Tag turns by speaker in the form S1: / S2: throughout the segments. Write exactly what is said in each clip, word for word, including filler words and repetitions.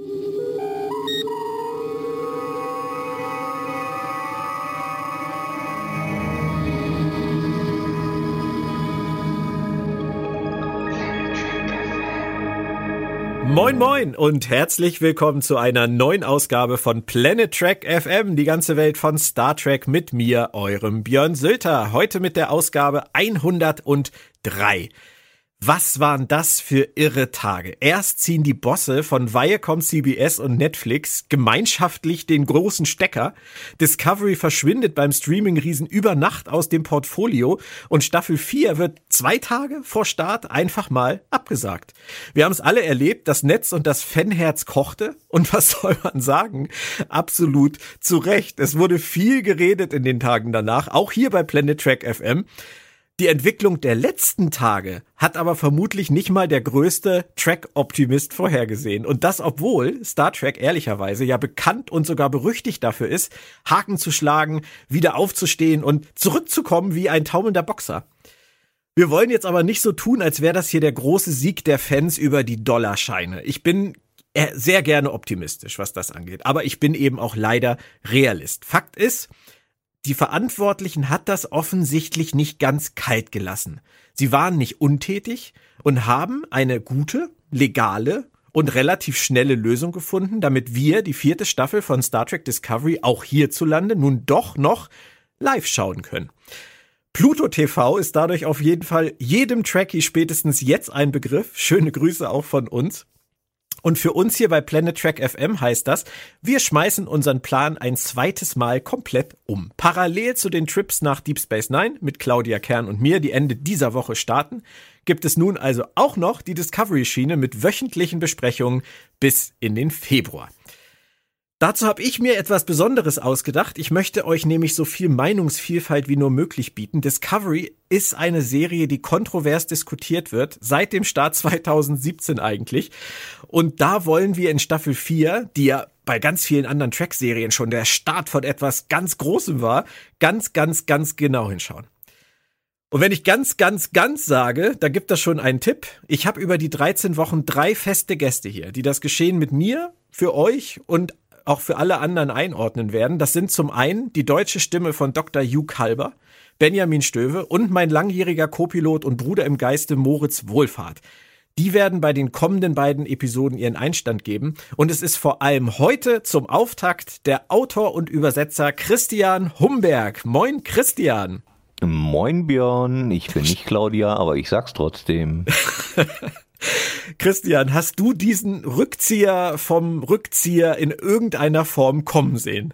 S1: Moin moin und herzlich willkommen zu einer neuen Ausgabe von Planet Trek F M, die ganze Welt von Star Trek mit mir, eurem Björn Sülter. Heute mit der Ausgabe hundertdrei. Was waren das für irre Tage? Erst ziehen die Bosse von Viacom, C B S und Netflix gemeinschaftlich den großen Stecker. Discovery verschwindet beim Streaming-Riesen über Nacht aus dem Portfolio und Staffel vier wird zwei Tage vor Start einfach mal abgesagt. Wir haben es alle erlebt, das Netz und das Fanherz kochte und was soll man sagen? Absolut zu Recht. Es wurde viel geredet in den Tagen danach, auch hier bei Planet Trek F M. Die Entwicklung der letzten Tage hat aber vermutlich nicht mal der größte Trek-Optimist vorhergesehen. Und das, obwohl Star Trek ehrlicherweise ja bekannt und sogar berüchtigt dafür ist, Haken zu schlagen, wieder aufzustehen und zurückzukommen wie ein taumelnder Boxer. Wir wollen jetzt aber nicht so tun, als wäre das hier der große Sieg der Fans über die Dollarscheine. Ich bin sehr gerne optimistisch, was das angeht. Aber ich bin eben auch leider Realist. Fakt ist, die Verantwortlichen hat das offensichtlich nicht ganz kalt gelassen. Sie waren nicht untätig und haben eine gute, legale und relativ schnelle Lösung gefunden, damit wir die vierte Staffel von Star Trek Discovery auch hierzulande nun doch noch live schauen können. Pluto T V ist dadurch auf jeden Fall jedem Trekkie spätestens jetzt ein Begriff. Schöne Grüße auch von uns. Und für uns hier bei Planet Trek F M heißt das, wir schmeißen unseren Plan ein zweites Mal komplett um. Parallel zu den Trips nach Deep Space Nine mit Claudia Kern und mir, die Ende dieser Woche starten, gibt es nun also auch noch die Discovery-Schiene mit wöchentlichen Besprechungen bis in den Februar. Dazu habe ich mir etwas Besonderes ausgedacht. Ich möchte euch nämlich so viel Meinungsvielfalt wie nur möglich bieten. Discovery ist eine Serie, die kontrovers diskutiert wird, seit dem Start zweitausendsiebzehn eigentlich. Und da wollen wir in Staffel vier, die ja bei ganz vielen anderen Track-Serien schon der Start von etwas ganz Großem war, ganz, ganz, ganz genau hinschauen. Und wenn ich ganz, ganz, ganz sage, da gibt es schon einen Tipp. Ich habe über die dreizehn Wochen drei feste Gäste hier, die das Geschehen mit mir, für euch und auch für alle anderen einordnen werden. Das sind zum einen die deutsche Stimme von Doktor Hugh Kalber, Benjamin Stöwe und mein langjähriger Co-Pilot und Bruder im Geiste Moritz Wohlfahrt. Die werden bei den kommenden beiden Episoden ihren Einstand geben. Und es ist vor allem heute zum Auftakt der Autor und Übersetzer Christian Humberg. Moin Christian.
S2: Moin Björn, ich bin nicht Claudia, aber ich sag's trotzdem.
S1: Christian, hast du diesen Rückzieher vom Rückzieher in irgendeiner Form kommen sehen?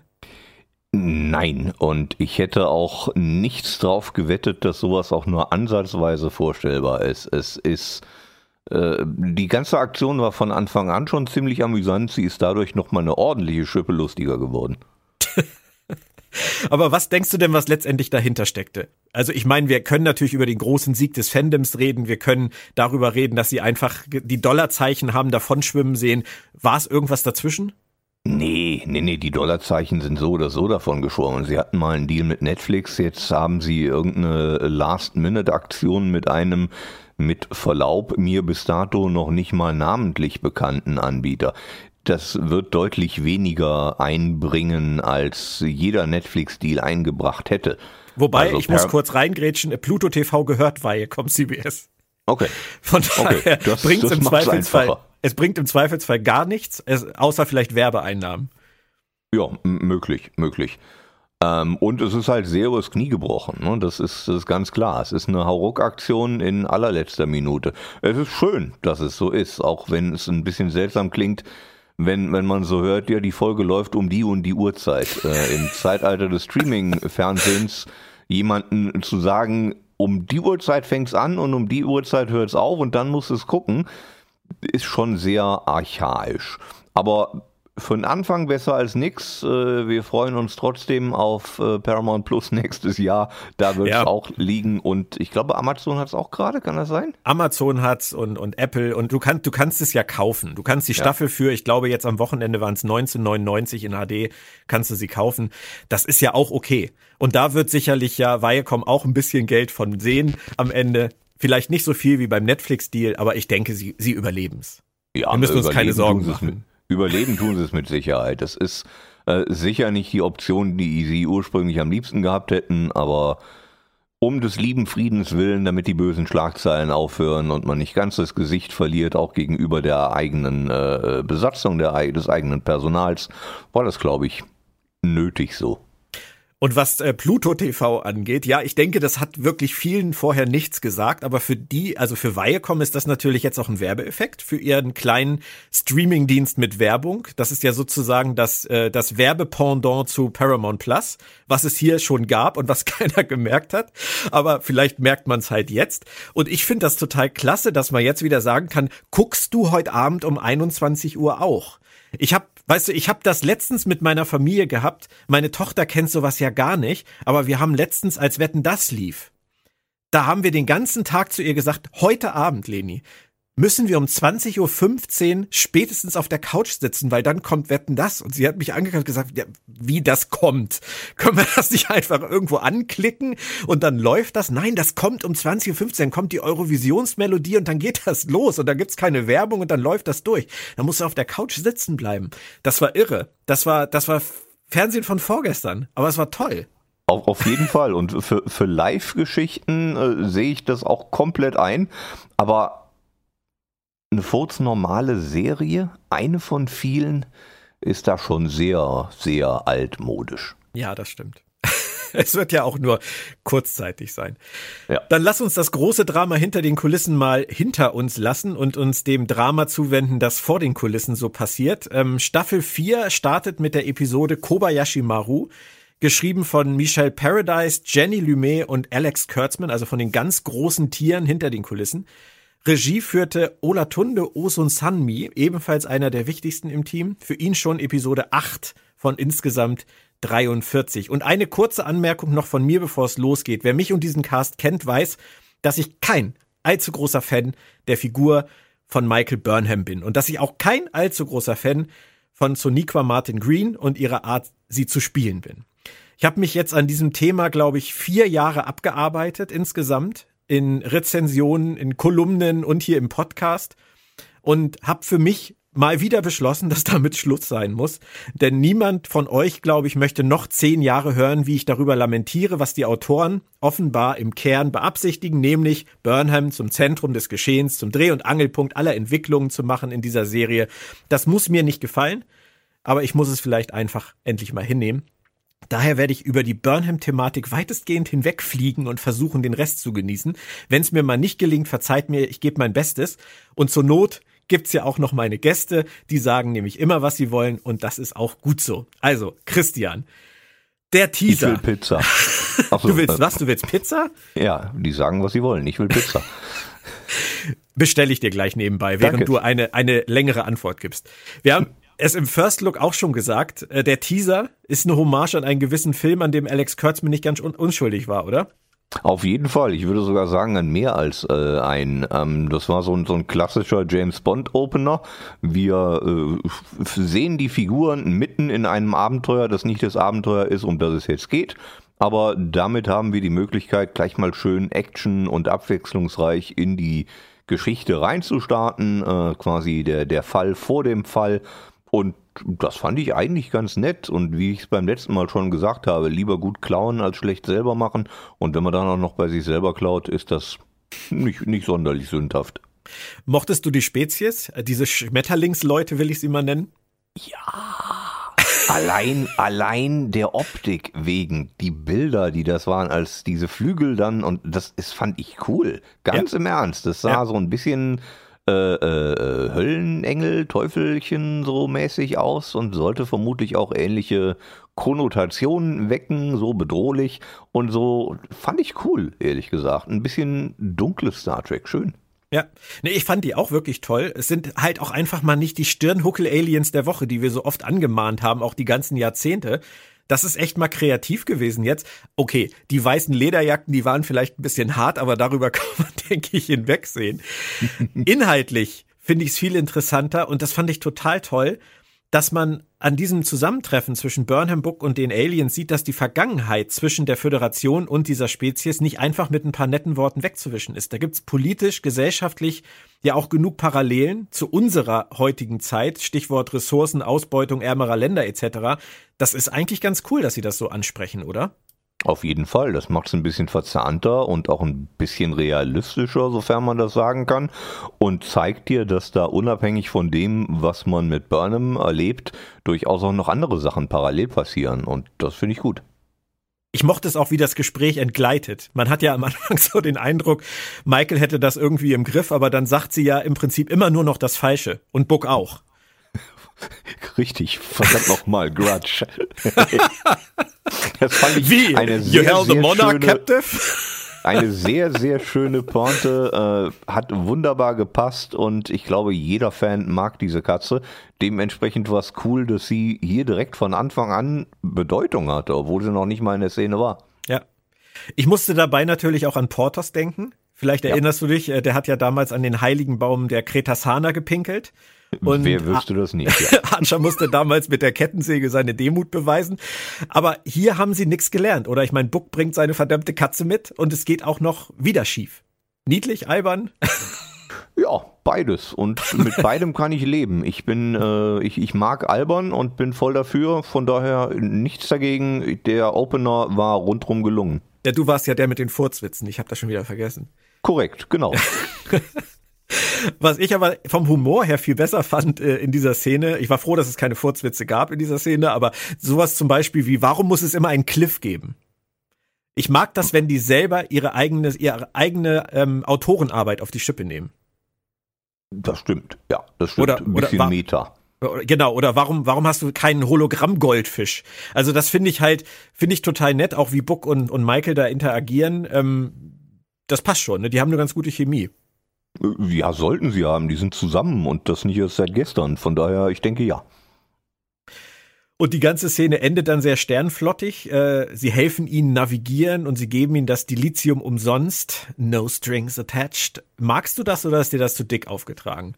S2: Nein, und ich hätte auch nichts drauf gewettet, dass sowas auch nur ansatzweise vorstellbar ist. Es ist, äh, die ganze Aktion war von Anfang an schon ziemlich amüsant, sie ist dadurch nochmal eine ordentliche Schippe lustiger geworden.
S1: Aber was denkst du denn, was letztendlich dahinter steckte? Also ich meine, wir können natürlich über den großen Sieg des Fandoms reden, wir können darüber reden, dass sie einfach die Dollarzeichen haben davonschwimmen sehen. War es irgendwas dazwischen?
S2: Nee, nee, nee, die Dollarzeichen sind so oder so davon geschwommen. Sie hatten mal einen Deal mit Netflix, jetzt haben sie irgendeine Last-Minute-Aktion mit einem, mit Verlaub, mir bis dato noch nicht mal namentlich bekannten Anbieter. Das wird deutlich weniger einbringen, als jeder Netflix-Deal eingebracht hätte.
S1: Wobei, also ich muss kurz reingrätschen, Pluto T V gehört Viacom C B S.
S2: Okay.
S1: Von daher
S2: okay. das,
S1: bringt's
S2: das
S1: im Zweifelsfall,
S2: einfacher.
S1: es bringt im Zweifelsfall gar nichts, es, außer vielleicht Werbeeinnahmen.
S2: Ja, m- möglich, möglich. Ähm, und es ist halt sehr übers Knie gebrochen, ne? Das ist, das ist ganz klar. Es ist eine Hauruck-Aktion in allerletzter Minute. Es ist schön, dass es so ist, auch wenn es ein bisschen seltsam klingt, Wenn, wenn man so hört, ja, die Folge läuft um die und die Uhrzeit. Äh, im Zeitalter des Streaming-Fernsehens jemanden zu sagen, um die Uhrzeit fängt's an und um die Uhrzeit hört's auf und dann musst es gucken, ist schon sehr archaisch. Aber von Anfang besser als nix. Wir freuen uns trotzdem auf Paramount Plus nächstes Jahr. Da wird es ja auch liegen. Und ich glaube, Amazon hat es auch gerade. Kann das sein?
S1: Amazon hat's und, und Apple. Und du kannst, du kannst es ja kaufen. Du kannst die ja. Staffel für, ich glaube, jetzt am Wochenende waren es neunzehn neunundneunzig in H D. Kannst du sie kaufen. Das ist ja auch okay. Und da wird sicherlich ja Viacom auch ein bisschen Geld von sehen am Ende. Vielleicht nicht so viel wie beim Netflix-Deal, aber ich denke, sie, sie überleben's.
S2: Ja,
S1: wir müssen uns keine Sorgen machen.
S2: Überleben tun sie es mit Sicherheit. Das ist äh, sicher nicht die Option, die sie ursprünglich am liebsten gehabt hätten, aber um des lieben Friedens willen, damit die bösen Schlagzeilen aufhören und man nicht ganz das Gesicht verliert, auch gegenüber der eigenen äh, Besatzung, der, des eigenen Personals, war das, glaube ich, nötig so.
S1: Und was äh, Pluto T V angeht, ja, ich denke, das hat wirklich vielen vorher nichts gesagt, aber für die, also für Viacom ist das natürlich jetzt auch ein Werbeeffekt für ihren kleinen Streamingdienst mit Werbung. Das ist ja sozusagen das, äh, das Werbependant zu Paramount Plus, was es hier schon gab und was keiner gemerkt hat. Aber vielleicht merkt man es halt jetzt. Und ich finde das total klasse, dass man jetzt wieder sagen kann, guckst du heute Abend um einundzwanzig Uhr auch? Ich habe, weißt du, ich habe das letztens mit meiner Familie gehabt. Meine Tochter kennt sowas ja gar nicht, aber wir haben letztens, als Wetten, das lief, da haben wir den ganzen Tag zu ihr gesagt, heute Abend, Leni, müssen wir um zwanzig Uhr fünfzehn spätestens auf der Couch sitzen, weil dann kommt Wetten, das. Und sie hat mich angeguckt und gesagt, ja, wie das kommt. Können wir das nicht einfach irgendwo anklicken und dann läuft das? Nein, das kommt um zwanzig Uhr fünfzehn, kommt die Eurovisionsmelodie und dann geht das los und dann gibt's keine Werbung und dann läuft das durch. Dann musst du auf der Couch sitzen bleiben. Das war irre. Das war, das war Fernsehen von vorgestern. Aber es war toll.
S2: Auf, auf jeden Fall. Und für, für Live-Geschichten äh, sehe ich das auch komplett ein. Aber eine furznormale Serie, eine von vielen, ist da schon sehr, sehr altmodisch.
S1: Ja, das stimmt. Es wird ja auch nur kurzzeitig sein.
S2: Ja.
S1: Dann lass uns das große Drama hinter den Kulissen mal hinter uns lassen und uns dem Drama zuwenden, das vor den Kulissen so passiert. Ähm, Staffel vier startet mit der Episode Kobayashi Maru, geschrieben von Michelle Paradise, Jenny Lumet und Alex Kurtzman, also von den ganz großen Tieren hinter den Kulissen. Regie führte Olatunde Osunsanmi, ebenfalls einer der wichtigsten im Team. Für ihn schon Episode acht von insgesamt dreiundvierzig. Und eine kurze Anmerkung noch von mir, bevor es losgeht. Wer mich und diesen Cast kennt, weiß, dass ich kein allzu großer Fan der Figur von Michael Burnham bin. Und dass ich auch kein allzu großer Fan von Sonequa Martin Green und ihrer Art, sie zu spielen bin. Ich habe mich jetzt an diesem Thema, glaube ich, vier Jahre abgearbeitet insgesamt. In Rezensionen, in Kolumnen und hier im Podcast und habe für mich mal wieder beschlossen, dass damit Schluss sein muss. Denn niemand von euch, glaube ich, möchte noch zehn Jahre hören, wie ich darüber lamentiere, was die Autoren offenbar im Kern beabsichtigen, nämlich Burnham zum Zentrum des Geschehens, zum Dreh- und Angelpunkt aller Entwicklungen zu machen in dieser Serie. Das muss mir nicht gefallen, aber ich muss es vielleicht einfach endlich mal hinnehmen. Daher werde ich über die Burnham-Thematik weitestgehend hinwegfliegen und versuchen, den Rest zu genießen. Wenn es mir mal nicht gelingt, verzeiht mir, ich gebe mein Bestes. Und zur Not gibt's ja auch noch meine Gäste, die sagen nämlich immer, was sie wollen und das ist auch gut so. Also, Christian, der Teaser.
S2: Ich will Pizza. Ach so,
S1: du willst was? Du willst Pizza?
S2: Ja, die sagen, was sie wollen. Ich will Pizza.
S1: Bestelle ich dir gleich nebenbei, während
S2: Danke.
S1: du eine, eine längere Antwort gibst. Wir haben es im First Look auch schon gesagt, äh, der Teaser ist eine Hommage an einen gewissen Film, an dem Alex Kurtzman nicht ganz un- unschuldig war, oder?
S2: Auf jeden Fall. Ich würde sogar sagen, an mehr als äh, ein. Ähm, das war so ein, so ein klassischer James Bond Opener. Wir äh, f- sehen die Figuren mitten in einem Abenteuer, das nicht das Abenteuer ist, um das es jetzt geht. Aber damit haben wir die Möglichkeit, gleich mal schön Action und abwechslungsreich in die Geschichte reinzustarten. Äh, quasi der, der Fall vor dem Fall. Und das fand ich eigentlich ganz nett und wie ich es beim letzten Mal schon gesagt habe, lieber gut klauen als schlecht selber machen und wenn man dann auch noch bei sich selber klaut, ist das nicht, nicht sonderlich sündhaft.
S1: Mochtest du die Spezies? Diese Schmetterlingsleute will ich sie mal nennen?
S2: Ja, allein, allein der Optik wegen, die Bilder, die das waren, als diese Flügel dann und das ist, fand ich cool, ganz ja. im Ernst, das sah ja. so ein bisschen Äh, äh, Höllenengel, Teufelchen so mäßig aus und sollte vermutlich auch ähnliche Konnotationen wecken, so bedrohlich und so fand ich cool, ehrlich gesagt. Ein bisschen dunkles Star Trek, schön.
S1: Ja, nee, ich fand die auch wirklich toll. Es sind halt auch einfach mal nicht die Stirnhuckel-Aliens der Woche, die wir so oft angemahnt haben, auch die ganzen Jahrzehnte. Das ist echt mal kreativ gewesen jetzt. Okay, die weißen Lederjacken, die waren vielleicht ein bisschen hart, aber darüber kann man, denke ich, hinwegsehen. Inhaltlich finde ich es viel interessanter und das fand ich total toll, dass man an diesem Zusammentreffen zwischen Burnham Book und den Aliens sieht, dass die Vergangenheit zwischen der Föderation und dieser Spezies nicht einfach mit ein paar netten Worten wegzuwischen ist. Da gibt's politisch, gesellschaftlich ja auch genug Parallelen zu unserer heutigen Zeit, Stichwort Ressourcen, Ausbeutung ärmerer Länder et cetera. Das ist eigentlich ganz cool, dass Sie das so ansprechen, oder?
S2: Auf jeden Fall, das macht es ein bisschen verzahnter und auch ein bisschen realistischer, sofern man das sagen kann, und zeigt dir, dass da unabhängig von dem, was man mit Burnham erlebt, durchaus auch noch andere Sachen parallel passieren, und das finde ich gut.
S1: Ich mochte es auch, wie das Gespräch entgleitet. Man hat ja am Anfang so den Eindruck, Michael hätte das irgendwie im Griff, aber dann sagt sie ja im Prinzip immer nur noch das Falsche und Book auch.
S2: Richtig, verdammt nochmal, Grudge. Das fand ich
S1: Wie?
S2: eine
S1: You
S2: sehr,
S1: held the
S2: sehr
S1: monarch
S2: schöne,
S1: captive?
S2: eine sehr, sehr schöne Pointe, äh, hat wunderbar gepasst und ich glaube, jeder Fan mag diese Katze. Dementsprechend war es cool, dass sie hier direkt von Anfang an Bedeutung hatte, obwohl sie noch nicht mal in der Szene war.
S1: Ja. Ich musste dabei natürlich auch an Porthos denken. Vielleicht erinnerst ja. du dich, der hat ja damals an den heiligen Baum der Kretasana gepinkelt. Und
S2: wer wüsste das nicht? Ja.
S1: Anscha musste damals mit der Kettensäge seine Demut beweisen. Aber hier haben sie nichts gelernt, oder? Ich meine, Book bringt seine verdammte Katze mit und es geht auch noch wieder schief. Niedlich, albern?
S2: Ja, beides. Und mit beidem kann ich leben. Ich bin, äh, ich, ich mag albern und bin voll dafür. Von daher nichts dagegen. Der Opener war rundrum gelungen.
S1: Ja, du warst ja der mit den Furzwitzen. Ich habe das schon wieder vergessen.
S2: Korrekt, genau.
S1: Was ich aber vom Humor her viel besser fand äh, in dieser Szene, ich war froh, dass es keine Furzwitze gab in dieser Szene, aber sowas zum Beispiel wie, warum muss es immer einen Cliff geben? Ich mag das, wenn die selber ihre eigene, ihre eigene ähm, Autorenarbeit auf die Schippe nehmen.
S2: Das stimmt, ja, das stimmt.
S1: Oder,
S2: ein bisschen
S1: oder,
S2: Meta.
S1: Genau, oder warum warum hast du keinen Hologramm-Goldfisch? Also das finde ich halt, finde ich total nett, auch wie Book und, und Michael da interagieren. Ähm, das passt schon, ne? Die haben eine ganz gute Chemie.
S2: Ja, sollten sie haben. Die sind zusammen und das nicht erst seit gestern. Von daher, ich denke, ja.
S1: Und die ganze Szene endet dann sehr sternflottig. Äh, sie helfen ihnen navigieren und sie geben ihnen das Dilithium umsonst. No strings attached. Magst du das oder ist dir das zu dick aufgetragen?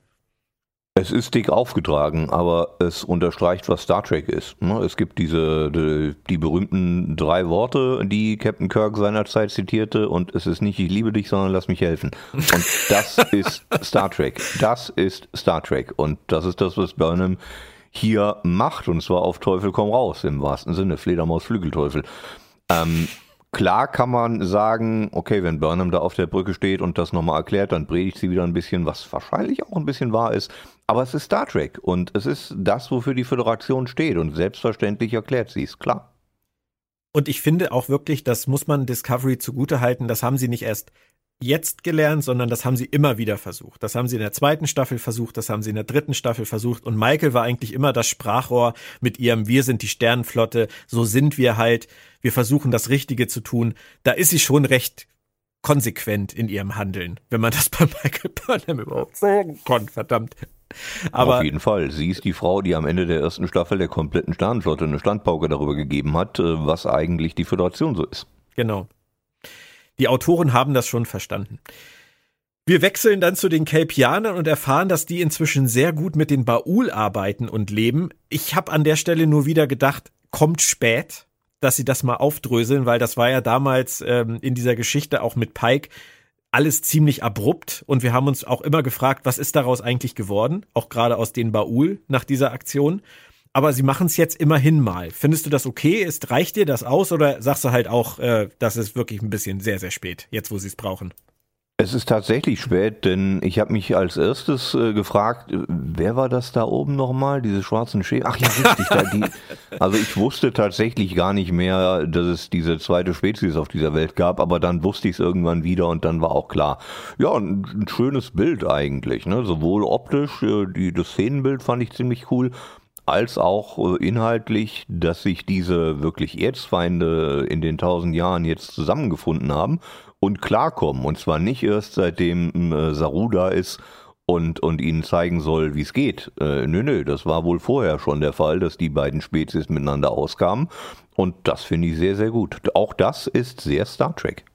S2: Es ist dick aufgetragen, aber es unterstreicht, was Star Trek ist. Es gibt diese die, die berühmten drei Worte, die Captain Kirk seinerzeit zitierte, und es ist nicht, ich liebe dich, sondern lass mich helfen. Und das ist Star Trek. Das ist Star Trek. Und das ist das, was Burnham hier macht, und zwar auf Teufel komm raus, im wahrsten Sinne, Fledermaus, Flügelteufel. Ähm, Klar kann man sagen, okay, wenn Burnham da auf der Brücke steht und das nochmal erklärt, dann predigt sie wieder ein bisschen, was wahrscheinlich auch ein bisschen wahr ist. Aber es ist Star Trek und es ist das, wofür die Föderation steht, und selbstverständlich erklärt sie es, klar.
S1: Und ich finde auch wirklich, das muss man Discovery zugutehalten, das haben sie nicht erst jetzt gelernt, sondern das haben sie immer wieder versucht. Das haben sie in der zweiten Staffel versucht, das haben sie in der dritten Staffel versucht, und Michael war eigentlich immer das Sprachrohr mit ihrem Wir sind die Sternenflotte, so sind wir halt, wir versuchen das Richtige zu tun. Da ist sie schon recht konsequent in ihrem Handeln, wenn man das bei Michael Burnham überhaupt sagen kann, verdammt. Aber
S2: auf jeden Fall, sie ist die Frau, die am Ende der ersten Staffel der kompletten Sternenflotte eine Standpauke darüber gegeben hat, was eigentlich die Föderation so ist.
S1: Genau. Die Autoren haben das schon verstanden. Wir wechseln dann zu den Kelpianern und erfahren, dass die inzwischen sehr gut mit den Ba'ul arbeiten und leben. Ich habe an der Stelle nur wieder gedacht, kommt spät, dass sie das mal aufdröseln, weil das war ja damals ähm, in dieser Geschichte auch mit Pike alles ziemlich abrupt, und wir haben uns auch immer gefragt, was ist daraus eigentlich geworden, auch gerade aus den Ba'ul nach dieser Aktion. Aber sie machen es jetzt immerhin mal. Findest du das okay? Ist, reicht dir das aus, oder sagst du halt auch, äh, das ist wirklich ein bisschen sehr, sehr spät, jetzt wo sie es brauchen?
S2: Es ist tatsächlich spät, denn ich habe mich als erstes äh, gefragt, wer war das da oben nochmal, diese schwarzen Schäfer? Ach ja, richtig. da, die, also ich wusste tatsächlich gar nicht mehr, dass es diese zweite Spezies auf dieser Welt gab, aber dann wusste ich es irgendwann wieder und dann war auch klar. Ja, ein, ein schönes Bild eigentlich, ne? Sowohl optisch, äh, die, das Szenenbild fand ich ziemlich cool, als auch inhaltlich, dass sich diese wirklich Erzfeinde in den tausend Jahren jetzt zusammengefunden haben und klarkommen. Und zwar nicht erst seitdem äh, Saru da ist und, und ihnen zeigen soll, wie es geht. Äh, nö, nö, das war wohl vorher schon der Fall, dass die beiden Spezies miteinander auskamen. Und das finde ich sehr, sehr gut. Auch das ist sehr Star Trek.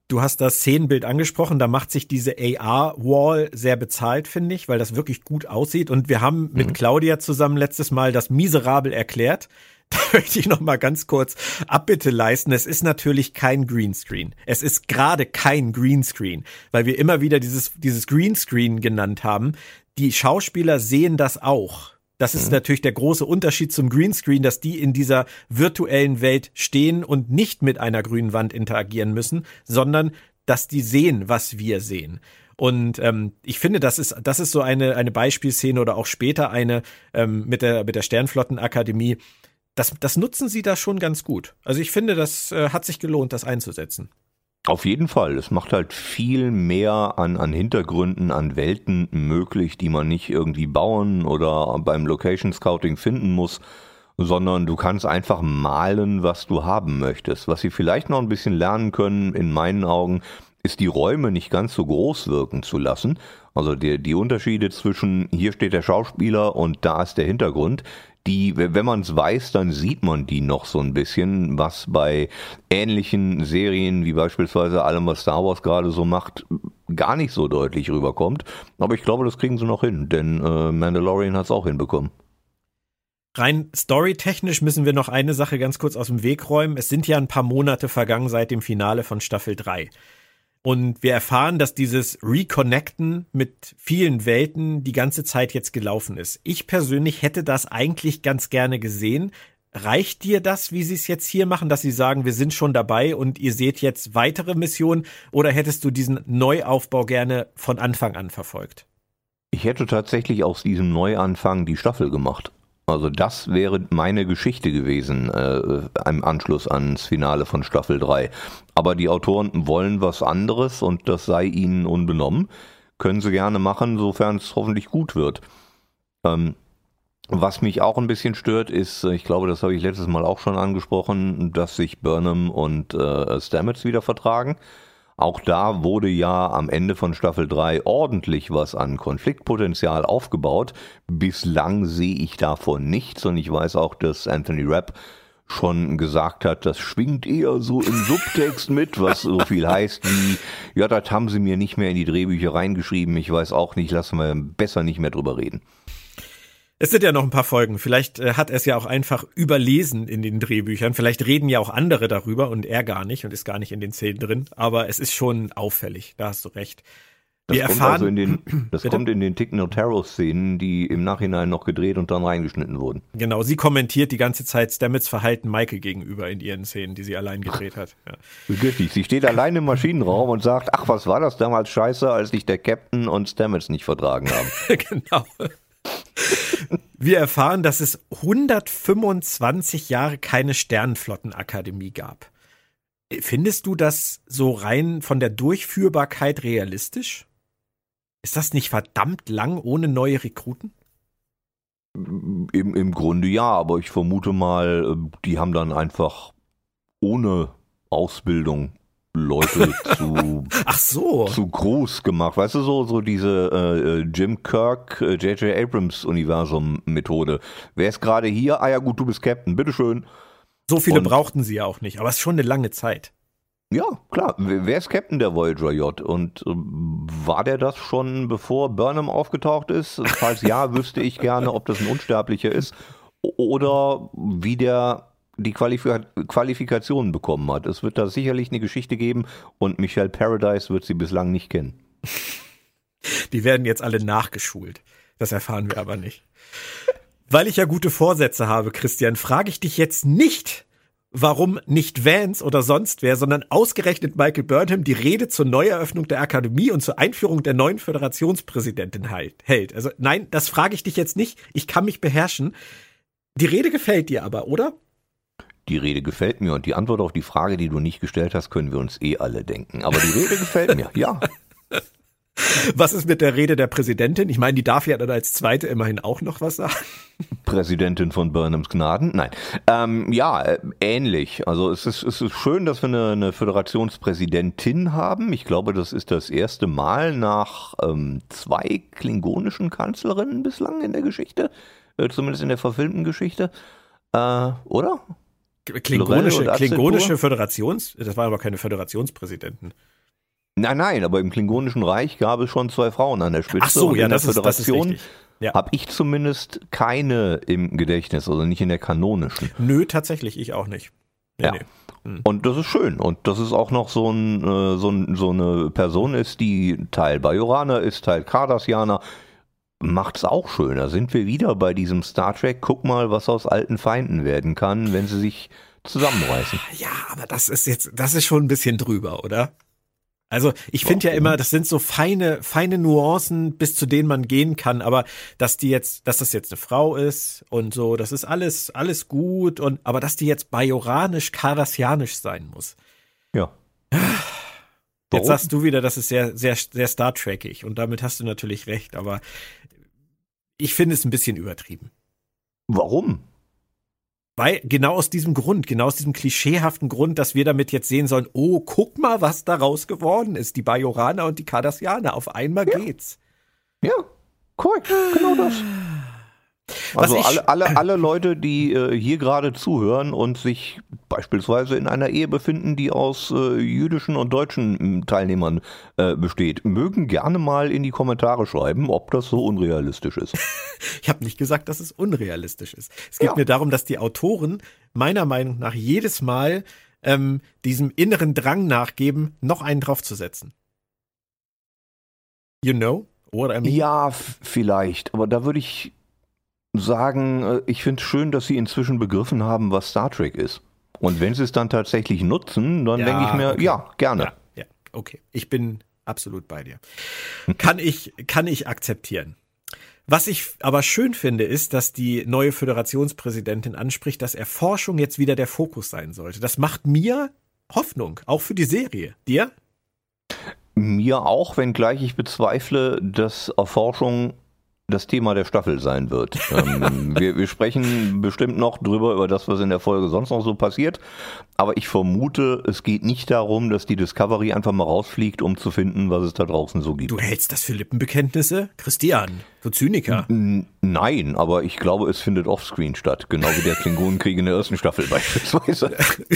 S1: Du hast das Szenenbild angesprochen, da macht sich diese A R-Wall sehr bezahlt, finde ich, weil das wirklich gut aussieht. Und wir haben mit mhm. Claudia zusammen letztes Mal das miserabel erklärt. Da möchte ich noch mal ganz kurz Abbitte leisten. Es ist natürlich kein Greenscreen. Es ist gerade kein Greenscreen, weil wir immer wieder dieses, dieses Greenscreen genannt haben. Die Schauspieler sehen das auch. Das ist mhm. natürlich der große Unterschied zum Greenscreen, dass die in dieser virtuellen Welt stehen und nicht mit einer grünen Wand interagieren müssen, sondern dass die sehen, was wir sehen. Und ähm, ich finde, das ist das ist so eine eine Beispielszene oder auch später eine ähm, mit der mit der Sternflottenakademie. Das das nutzen sie da schon ganz gut. Also ich finde, das äh, hat sich gelohnt, das einzusetzen.
S2: Auf jeden Fall. Es macht halt viel mehr an, an Hintergründen, an Welten möglich, die man nicht irgendwie bauen oder beim Location Scouting finden muss, sondern du kannst einfach malen, was du haben möchtest. Was sie vielleicht noch ein bisschen lernen können, in meinen Augen, ist die Räume nicht ganz so groß wirken zu lassen. Also die, die Unterschiede zwischen hier steht der Schauspieler und da ist der Hintergrund, die, wenn man es weiß, dann sieht man die noch so ein bisschen, was bei ähnlichen Serien wie beispielsweise allem, was Star Wars gerade so macht, gar nicht so deutlich rüberkommt. Aber ich glaube, das kriegen sie noch hin, denn äh, Mandalorian hat es auch hinbekommen.
S1: Rein storytechnisch müssen wir noch eine Sache ganz kurz aus dem Weg räumen. Es sind ja ein paar Monate vergangen seit dem Finale von Staffel drei. Und wir erfahren, dass dieses Reconnecten mit vielen Welten die ganze Zeit jetzt gelaufen ist. Ich persönlich hätte das eigentlich ganz gerne gesehen. Reicht dir das, wie sie es jetzt hier machen, dass sie sagen, wir sind schon dabei und ihr seht jetzt weitere Missionen? Oder hättest du diesen Neuaufbau gerne von Anfang an verfolgt?
S2: Ich hätte tatsächlich aus diesem Neuanfang die Staffel gemacht. Also das wäre meine Geschichte gewesen äh, im Anschluss ans Finale von Staffel drei. Aber die Autoren wollen was anderes und das sei ihnen unbenommen. Können sie gerne machen, sofern es hoffentlich gut wird. Ähm, was mich auch ein bisschen stört, ist, ich glaube, das habe ich letztes Mal auch schon angesprochen, dass sich Burnham und äh, Stamets wieder vertragen. Auch da wurde ja am Ende von Staffel drei ordentlich was an Konfliktpotenzial aufgebaut. Bislang sehe ich davon nichts und ich weiß auch, dass Anthony Rapp schon gesagt hat, das schwingt eher so im Subtext mit, was so viel heißt wie, ja, das haben sie mir nicht mehr in die Drehbücher reingeschrieben, ich weiß auch nicht, lassen wir besser nicht mehr drüber reden.
S1: Es sind ja noch ein paar Folgen. Vielleicht äh, hat er es ja auch einfach überlesen in den Drehbüchern. Vielleicht reden ja auch andere darüber und er gar nicht und ist gar nicht in den Szenen drin. Aber es ist schon auffällig. Da hast du recht.
S2: Das
S1: Wir
S2: kommt
S1: erfahren,
S2: also in den, das kommt in den Tick Notaro-Szenen, die im Nachhinein noch gedreht und dann reingeschnitten wurden.
S1: Genau, sie kommentiert die ganze Zeit Stamets Verhalten Michael gegenüber in ihren Szenen, die sie allein gedreht hat. Ja.
S2: Richtig, sie steht allein im Maschinenraum und sagt, ach, was war das damals scheiße, als sich der Captain und Stamets nicht vertragen haben.
S1: Genau. Wir erfahren, dass es hundertfünfundzwanzig Jahre keine Sternenflottenakademie gab. Findest du das so rein von der Durchführbarkeit realistisch? Ist das nicht verdammt lang ohne neue Rekruten?
S2: Im, Im Grunde ja, aber ich vermute mal, die haben dann einfach ohne Ausbildung Leute zu,
S1: Ach so.
S2: zu groß gemacht. Weißt du, so, so diese äh, Jim Kirk, äh, J J Abrams Universum-Methode. Wer ist gerade hier? Ah ja gut, du bist Captain, bitteschön.
S1: So viele
S2: Und,
S1: brauchten sie ja auch nicht, aber es ist schon eine lange Zeit.
S2: Ja, klar. Wer ist Captain der Voyager J? Und äh, war der das schon, bevor Burnham aufgetaucht ist? Falls ja, wüsste ich gerne, ob das ein Unsterblicher ist. Oder wie der die Qualif- Qualifikationen bekommen hat. Es wird da sicherlich eine Geschichte geben und Michelle Paradise wird sie bislang nicht kennen.
S1: Die werden jetzt alle nachgeschult. Das erfahren wir aber nicht. Weil ich ja gute Vorsätze habe, Christian, frage ich dich jetzt nicht, warum nicht Vance oder sonst wer, sondern ausgerechnet Michael Burnham die Rede zur Neueröffnung der Akademie und zur Einführung der neuen Föderationspräsidentin hält. Also nein, das frage ich dich jetzt nicht. Ich kann mich beherrschen. Die Rede gefällt dir aber, oder?
S2: Die Rede gefällt mir und die Antwort auf die Frage, die du nicht gestellt hast, können wir uns eh alle denken. Aber die Rede gefällt mir, ja.
S1: Was ist mit der Rede der Präsidentin? Ich meine, die darf ja dann als Zweite immerhin auch noch was sagen.
S2: Präsidentin von Burnhams Gnaden? Nein. Ähm, ja, äh, ähnlich. Also es ist, es ist schön, dass wir eine, eine Föderationspräsidentin haben. Ich glaube, das ist das erste Mal nach ähm, zwei klingonischen Kanzlerinnen bislang in der Geschichte. Äh, zumindest in der verfilmten Geschichte. Äh, oder?
S1: Klingonische, klingonische Föderations... Das waren aber keine Föderationspräsidenten.
S2: Nein, nein, aber im Klingonischen Reich gab es schon zwei Frauen an der Spitze.
S1: Ach so,
S2: und
S1: ja,
S2: in der
S1: das ist, das ist
S2: Föderation
S1: richtig. Ja.
S2: habe ich zumindest keine im Gedächtnis, also nicht in der kanonischen.
S1: Nö, tatsächlich, ich auch nicht. Nee,
S2: Ja.
S1: nee. Hm.
S2: Und das ist schön. Und dass es auch noch so, ein, äh, so, ein, so eine Person ist, die Teil Bajoraner ist, Teil Cardassianer, macht's auch schön. Da sind wir wieder bei diesem Star Trek. Guck mal, was aus alten Feinden werden kann, wenn sie sich zusammenreißen.
S1: Ja, aber das ist jetzt, das ist schon ein bisschen drüber, oder? Also ich finde ja immer, das sind so feine, feine Nuancen, bis zu denen man gehen kann, aber dass die jetzt, dass das jetzt eine Frau ist und so, das ist alles, alles gut und, aber dass die jetzt bajoranisch, kardassianisch sein muss.
S2: Ja.
S1: Jetzt
S2: Warum?
S1: sagst du wieder, das ist sehr, sehr, sehr Star Trekig und damit hast du natürlich recht, aber ich finde es ein bisschen übertrieben.
S2: Warum?
S1: Weil genau aus diesem Grund, genau aus diesem klischeehaften Grund, dass wir damit jetzt sehen sollen, oh, guck mal, was daraus geworden ist. Die Bajoraner und die Cardassianer, auf einmal
S2: Ja.
S1: geht's.
S2: Ja, korrekt, genau das.
S1: Was
S2: Also
S1: ich-
S2: alle, alle, alle Leute, die äh, hier gerade zuhören und sich beispielsweise in einer Ehe befinden, die aus äh, jüdischen und deutschen m, Teilnehmern äh, besteht, mögen gerne mal in die Kommentare schreiben, ob das so unrealistisch ist.
S1: Ich habe nicht gesagt, dass es unrealistisch ist. Es geht
S2: Ja.
S1: mir darum, dass die Autoren meiner Meinung nach jedes Mal ähm, diesem inneren Drang nachgeben, noch einen draufzusetzen. You know what I mean?
S2: Ja, f- vielleicht, aber da würde ich sagen, äh, ich finde es schön, dass sie inzwischen begriffen haben, was Star Trek ist. Und wenn sie es dann tatsächlich nutzen, dann
S1: Ja,
S2: denke ich mir,
S1: okay.
S2: ja, gerne.
S1: Ja, ja, okay. Ich bin absolut bei dir. Kann ich, kann ich akzeptieren. Was ich aber schön finde, ist, dass die neue Föderationspräsidentin anspricht, dass Erforschung jetzt wieder der Fokus sein sollte. Das macht mir Hoffnung, auch für die Serie. Dir?
S2: Mir auch, wenngleich ich bezweifle, dass Erforschung das Thema der Staffel sein wird. ähm, wir, wir sprechen bestimmt noch drüber, über das, was in der Folge sonst noch so passiert. Aber ich vermute, es geht nicht darum, dass die Discovery einfach mal rausfliegt, um zu finden, was es da draußen so gibt.
S1: Du hältst das für Lippenbekenntnisse? Christian, du Zyniker.
S2: N- Nein, aber ich glaube, es findet offscreen statt. Genau wie der Klingonenkrieg in der ersten Staffel beispielsweise.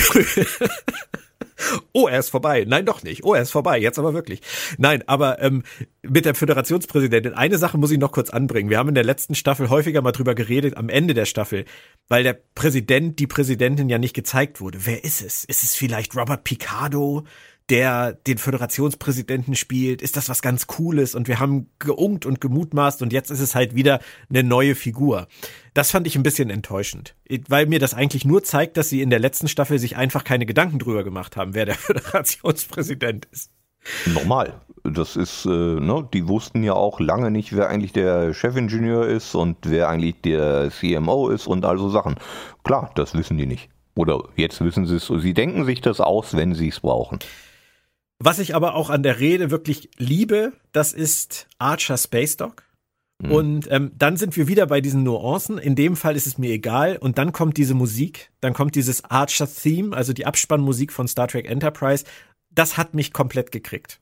S1: Oh, er ist vorbei. Nein, doch nicht. Oh, er ist vorbei. Jetzt aber wirklich. Nein, aber ähm, mit der Föderationspräsidentin, eine Sache muss ich noch kurz anbringen. Wir haben in der letzten Staffel häufiger mal drüber geredet, am Ende der Staffel, weil der Präsident, die Präsidentin ja nicht gezeigt wurde. Wer ist es? Ist es vielleicht Robert Picardo, der den Föderationspräsidenten spielt? Ist das was ganz Cooles? Und wir haben geunkt und gemutmaßt und jetzt ist es halt wieder eine neue Figur. Das fand ich ein bisschen enttäuschend, weil mir das eigentlich nur zeigt, dass sie in der letzten Staffel sich einfach keine Gedanken drüber gemacht haben, wer der Föderationspräsident ist.
S2: Normal. Das ist, äh, ne, die wussten ja auch lange nicht, wer eigentlich der Chefingenieur ist und wer eigentlich der C M O ist und all so Sachen. Klar, das wissen die nicht. Oder jetzt wissen sie es. Sie denken sich das aus, wenn sie es brauchen.
S1: Was ich aber auch an der Rede wirklich liebe, das ist Archer Space Dog. Mhm. Und ähm, dann sind wir wieder bei diesen Nuancen. In dem Fall ist es mir egal. Und dann kommt diese Musik, dann kommt dieses Archer-Theme, also die Abspannmusik von Star Trek Enterprise. Das hat mich komplett gekriegt.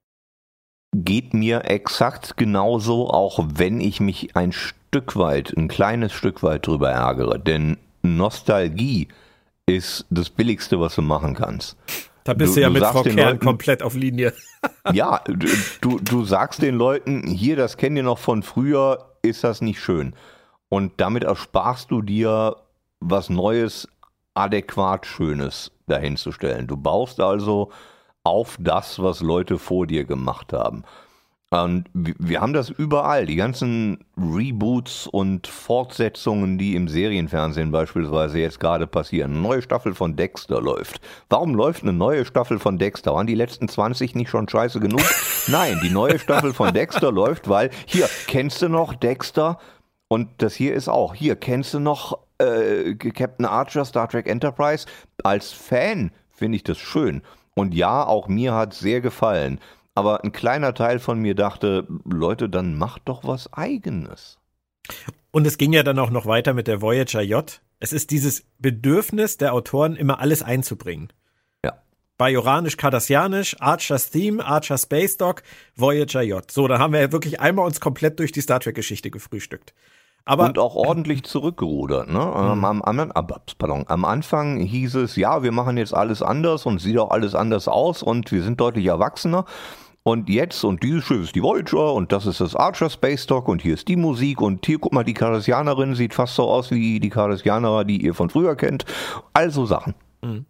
S2: Geht mir exakt genauso, auch wenn ich mich ein Stück weit, ein kleines Stück weit drüber ärgere. Denn Nostalgie ist das Billigste, was du machen kannst.
S1: Da bist du,
S2: Du-
S1: ja
S2: du
S1: mit
S2: sagst
S1: Frau
S2: den
S1: Kern
S2: Leuten-
S1: komplett auf Linie.
S2: Ja, du, du sagst den Leuten, hier, das kennt ihr noch von früher, ist das nicht schön. Und damit ersparst du dir was Neues, adäquat Schönes dahinzustellen. Du baust also auf das, was Leute vor dir gemacht haben. Und wir wir haben das überall, die ganzen Reboots und Fortsetzungen, die im Serienfernsehen beispielsweise jetzt gerade passieren. Eine neue Staffel von Dexter läuft. Warum läuft eine neue Staffel von Dexter? Waren die letzten zwanzig nicht schon scheiße genug? Nein, die neue Staffel von Dexter läuft, weil, hier, kennst du noch Dexter? Und das hier ist auch, hier, kennst du noch äh, Captain Archer, Star Trek Enterprise? Als Fan finde ich das schön. Und ja, auch mir hat es sehr gefallen. Aber ein kleiner Teil von mir dachte, Leute, dann macht doch was Eigenes.
S1: Und es ging ja dann auch noch weiter mit der Voyager J. Es ist dieses Bedürfnis der Autoren, immer alles einzubringen.
S2: Ja.
S1: Bajoranisch-Cardassianisch, Archer's Theme, Archer Space Dog, Voyager J. So, dann haben wir ja wirklich einmal uns komplett durch die Star Trek-Geschichte gefrühstückt. Aber,
S2: und auch ordentlich zurückgerudert. Ne? Mhm. Am, am, pardon, am Anfang hieß es, ja, wir machen jetzt alles anders und sieht auch alles anders aus und wir sind deutlich erwachsener. Und jetzt, und dieses Schiff ist die Voyager und das ist das Archer Space Dock und hier ist die Musik und hier, guck mal, die Cardassianerin sieht fast so aus wie die Cardassianer, die ihr von früher kennt. Also Sachen.
S1: Mhm.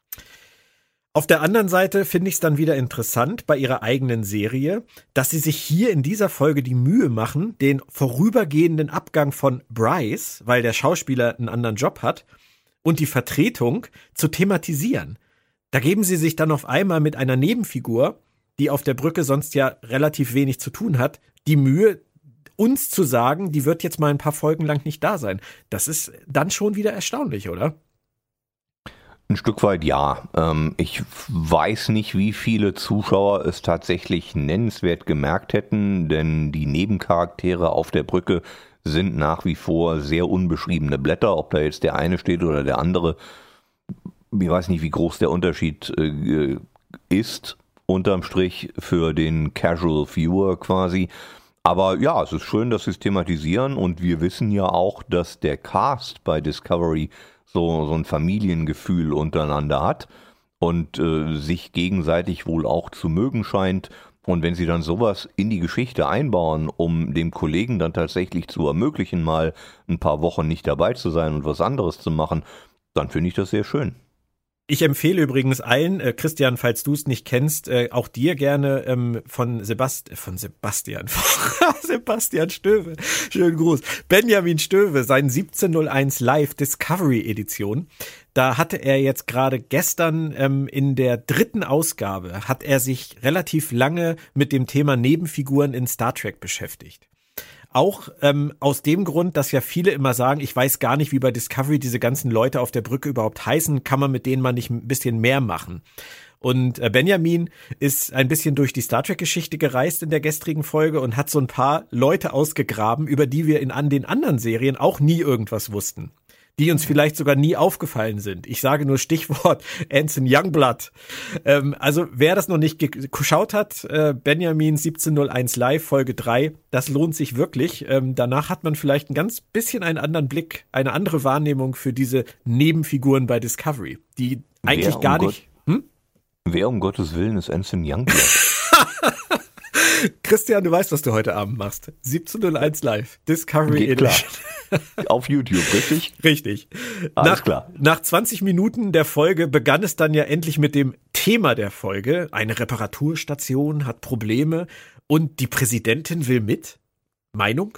S1: Auf der anderen Seite finde ich es dann wieder interessant bei ihrer eigenen Serie, dass sie sich hier in dieser Folge die Mühe machen, den vorübergehenden Abgang von Bryce, weil der Schauspieler einen anderen Job hat, und die Vertretung zu thematisieren. Da geben sie sich dann auf einmal mit einer Nebenfigur, die auf der Brücke sonst ja relativ wenig zu tun hat, die Mühe, uns zu sagen, die wird jetzt mal ein paar Folgen lang nicht da sein. Das ist dann schon wieder erstaunlich, oder?
S2: Ein Stück weit ja. Ähm, ich weiß nicht, wie viele Zuschauer es tatsächlich nennenswert gemerkt hätten, denn die Nebencharaktere auf der Brücke sind nach wie vor sehr unbeschriebene Blätter. Ob da jetzt der eine steht oder der andere, ich weiß nicht, wie groß der Unterschied äh, ist. Unterm Strich für den Casual Viewer quasi. Aber ja, es ist schön, dass sie es thematisieren und wir wissen ja auch, dass der Cast bei Discovery so, so ein Familiengefühl untereinander hat und äh, sich gegenseitig wohl auch zu mögen scheint. Und wenn sie dann sowas in die Geschichte einbauen, um dem Kollegen dann tatsächlich zu ermöglichen, mal ein paar Wochen nicht dabei zu sein und was anderes zu machen, dann finde ich das sehr schön.
S1: Ich empfehle übrigens allen, äh, Christian, falls du es nicht kennst, äh, auch dir gerne ähm, von Sebast äh, von Sebastian Sebastian Stöwe, schönen Gruß, Benjamin Stöwe, sein siebzehn null eins Live Discovery Edition. Da hatte er jetzt gerade gestern ähm, in der dritten Ausgabe, hat er sich relativ lange mit dem Thema Nebenfiguren in Star Trek beschäftigt. Auch ähm, aus dem Grund, dass ja viele immer sagen, ich weiß gar nicht, wie bei Discovery diese ganzen Leute auf der Brücke überhaupt heißen, kann man mit denen mal nicht ein bisschen mehr machen. Und äh, Benjamin ist ein bisschen durch die Star Trek-Geschichte gereist in der gestrigen Folge und hat so ein paar Leute ausgegraben, über die wir in an den anderen Serien auch nie irgendwas wussten, die uns vielleicht sogar nie aufgefallen sind. Ich sage nur Stichwort Anson Youngblood. Ähm, also wer das noch nicht ge- geschaut hat, äh, Benjamin siebzehn null eins Live, Folge drei, das lohnt sich wirklich. Ähm, danach hat man vielleicht ein ganz bisschen einen anderen Blick, eine andere Wahrnehmung für diese Nebenfiguren bei Discovery, die eigentlich
S2: wer
S1: gar
S2: um
S1: nicht... Hm?
S2: Wer um Gottes Willen ist Anson Youngblood?
S1: Christian, du weißt, was du heute Abend machst. siebzehn null eins Live, Discovery
S2: Geht
S1: Edition.
S2: Klar. Auf YouTube, richtig?
S1: Richtig.
S2: Alles
S1: nach,
S2: klar.
S1: Nach zwanzig Minuten der Folge begann es dann ja endlich mit dem Thema der Folge. Eine Reparaturstation hat Probleme und die Präsidentin will mit. Meinung?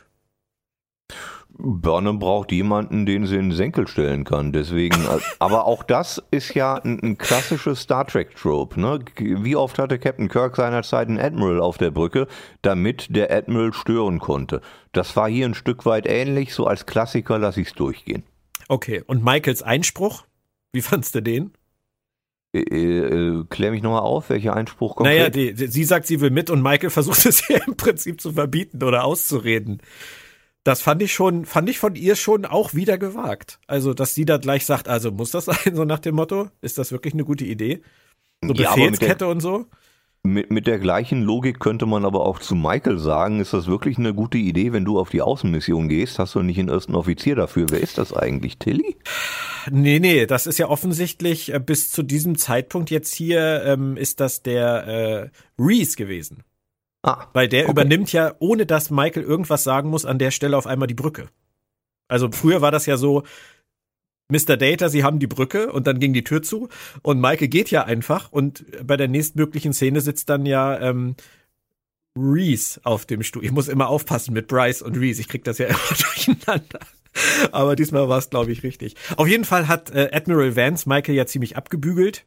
S2: Burnham braucht jemanden, den sie in den Senkel stellen kann. Deswegen, aber auch das ist ja ein, ein klassisches Star Trek-Trope. Ne? Wie oft hatte Captain Kirk seinerzeit einen Admiral auf der Brücke, damit der Admiral stören konnte? Das war hier ein Stück weit ähnlich. So als Klassiker lasse ich es durchgehen.
S1: Okay, und Michaels Einspruch? Wie fandst du den?
S2: Äh, äh, klär mich nochmal auf, welcher Einspruch kommt.
S1: Naja, die, die, sie sagt, sie will mit und Michael versucht es ihr im Prinzip zu verbieten oder auszureden. Das fand ich schon, fand ich von ihr schon auch wieder gewagt. Also, dass sie da gleich sagt, also muss das sein, so nach dem Motto? Ist das wirklich eine gute Idee? So
S2: Ja,
S1: Befehlskette
S2: mit der,
S1: und so?
S2: Mit, mit der gleichen Logik könnte man aber auch zu Michael sagen, ist das wirklich eine gute Idee, wenn du auf die Außenmission gehst? Hast du nicht einen ersten Offizier dafür? Wer ist das eigentlich, Tilly?
S1: Nee, nee, das ist ja offensichtlich, äh, bis zu diesem Zeitpunkt jetzt hier, ähm, ist das der äh, Reese gewesen.
S2: Ah,
S1: Weil der
S2: okay.
S1: übernimmt ja, ohne dass Michael irgendwas sagen muss, an der Stelle auf einmal die Brücke. Also früher war das ja so, Mister Data, sie haben die Brücke und dann ging die Tür zu und Michael geht ja einfach und bei der nächstmöglichen Szene sitzt dann ja ähm, Reese auf dem Stuhl. Ich muss immer aufpassen mit Bryce und Reese, ich krieg das ja immer durcheinander. Aber diesmal war es, glaube ich, richtig. Auf jeden Fall hat äh, Admiral Vance Michael ja ziemlich abgebügelt.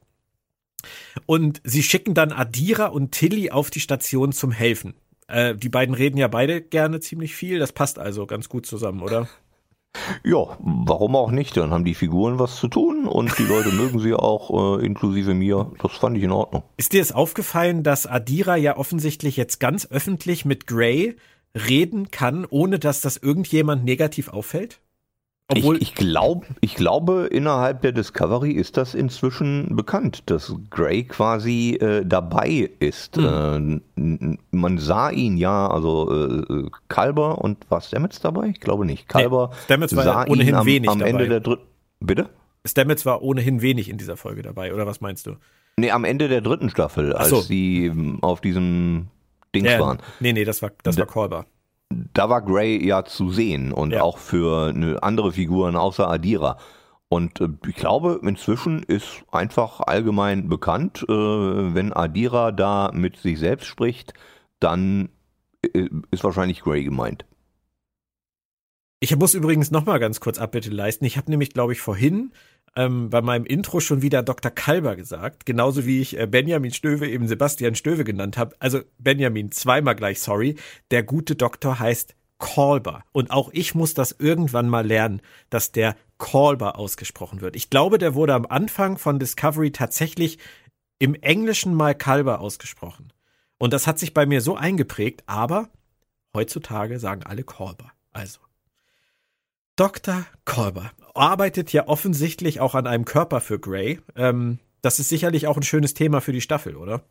S1: Und sie schicken dann Adira und Tilly auf die Station zum Helfen. Äh, die beiden reden ja beide gerne ziemlich viel. Das passt also ganz gut zusammen, oder?
S2: Ja, warum auch nicht? Dann haben die Figuren was zu tun und die Leute mögen sie auch, äh, inklusive mir. Das fand ich in Ordnung.
S1: Ist dir es aufgefallen, dass Adira ja offensichtlich jetzt ganz öffentlich mit Gray reden kann, ohne dass das irgendjemand negativ auffällt? Obwohl
S2: ich, ich, glaub, ich glaube, innerhalb der Discovery ist das inzwischen bekannt, dass Gray quasi äh, dabei ist. Mhm. Äh, man sah ihn ja, also äh, Culber und war Stamets dabei? Ich glaube nicht. Culber
S1: nee, Stamets war
S2: sah
S1: ja ohnehin
S2: ihn am,
S1: wenig
S2: am
S1: dabei.
S2: Ende der dritten. Bitte?
S1: Stamets war ohnehin wenig in dieser Folge dabei, oder was meinst du?
S2: Nee, am Ende der dritten Staffel, als
S1: so.
S2: sie auf diesem Dings
S1: ja,
S2: waren.
S1: Nee, nee, das war, das war Culber.
S2: Da war Gray ja zu sehen und ja. auch für eine andere Figuren außer Adira. Und äh, ich glaube, inzwischen ist einfach allgemein bekannt, äh, wenn Adira da mit sich selbst spricht, dann äh, ist wahrscheinlich Gray gemeint.
S1: Ich muss übrigens noch mal ganz kurz Abbitte leisten. Ich habe nämlich, glaube ich, vorhin ähm, bei meinem Intro schon wieder Doktor Culber gesagt, genauso wie ich äh, Benjamin Stöwe eben Sebastian Stöwe genannt habe. Also Benjamin, zweimal gleich, sorry. Der gute Doktor heißt Culber. Und auch ich muss das irgendwann mal lernen, dass der Culber ausgesprochen wird. Ich glaube, der wurde am Anfang von Discovery tatsächlich im Englischen mal Culber ausgesprochen. Und das hat sich bei mir so eingeprägt, aber heutzutage sagen alle Culber. Also Doktor Culber arbeitet ja offensichtlich auch an einem Körper für Gray. Ähm, das ist sicherlich auch ein schönes Thema für die Staffel, oder?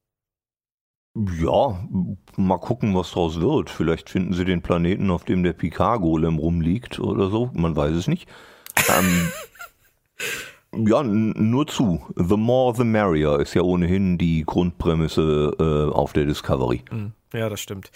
S2: Ja, mal gucken, was draus wird. Vielleicht finden sie den Planeten, auf dem der Picard-Golem rumliegt oder so. Man weiß es nicht. ähm, ja, n- nur zu. The more the merrier ist ja ohnehin die Grundprämisse äh, auf der Discovery.
S1: Ja, das stimmt.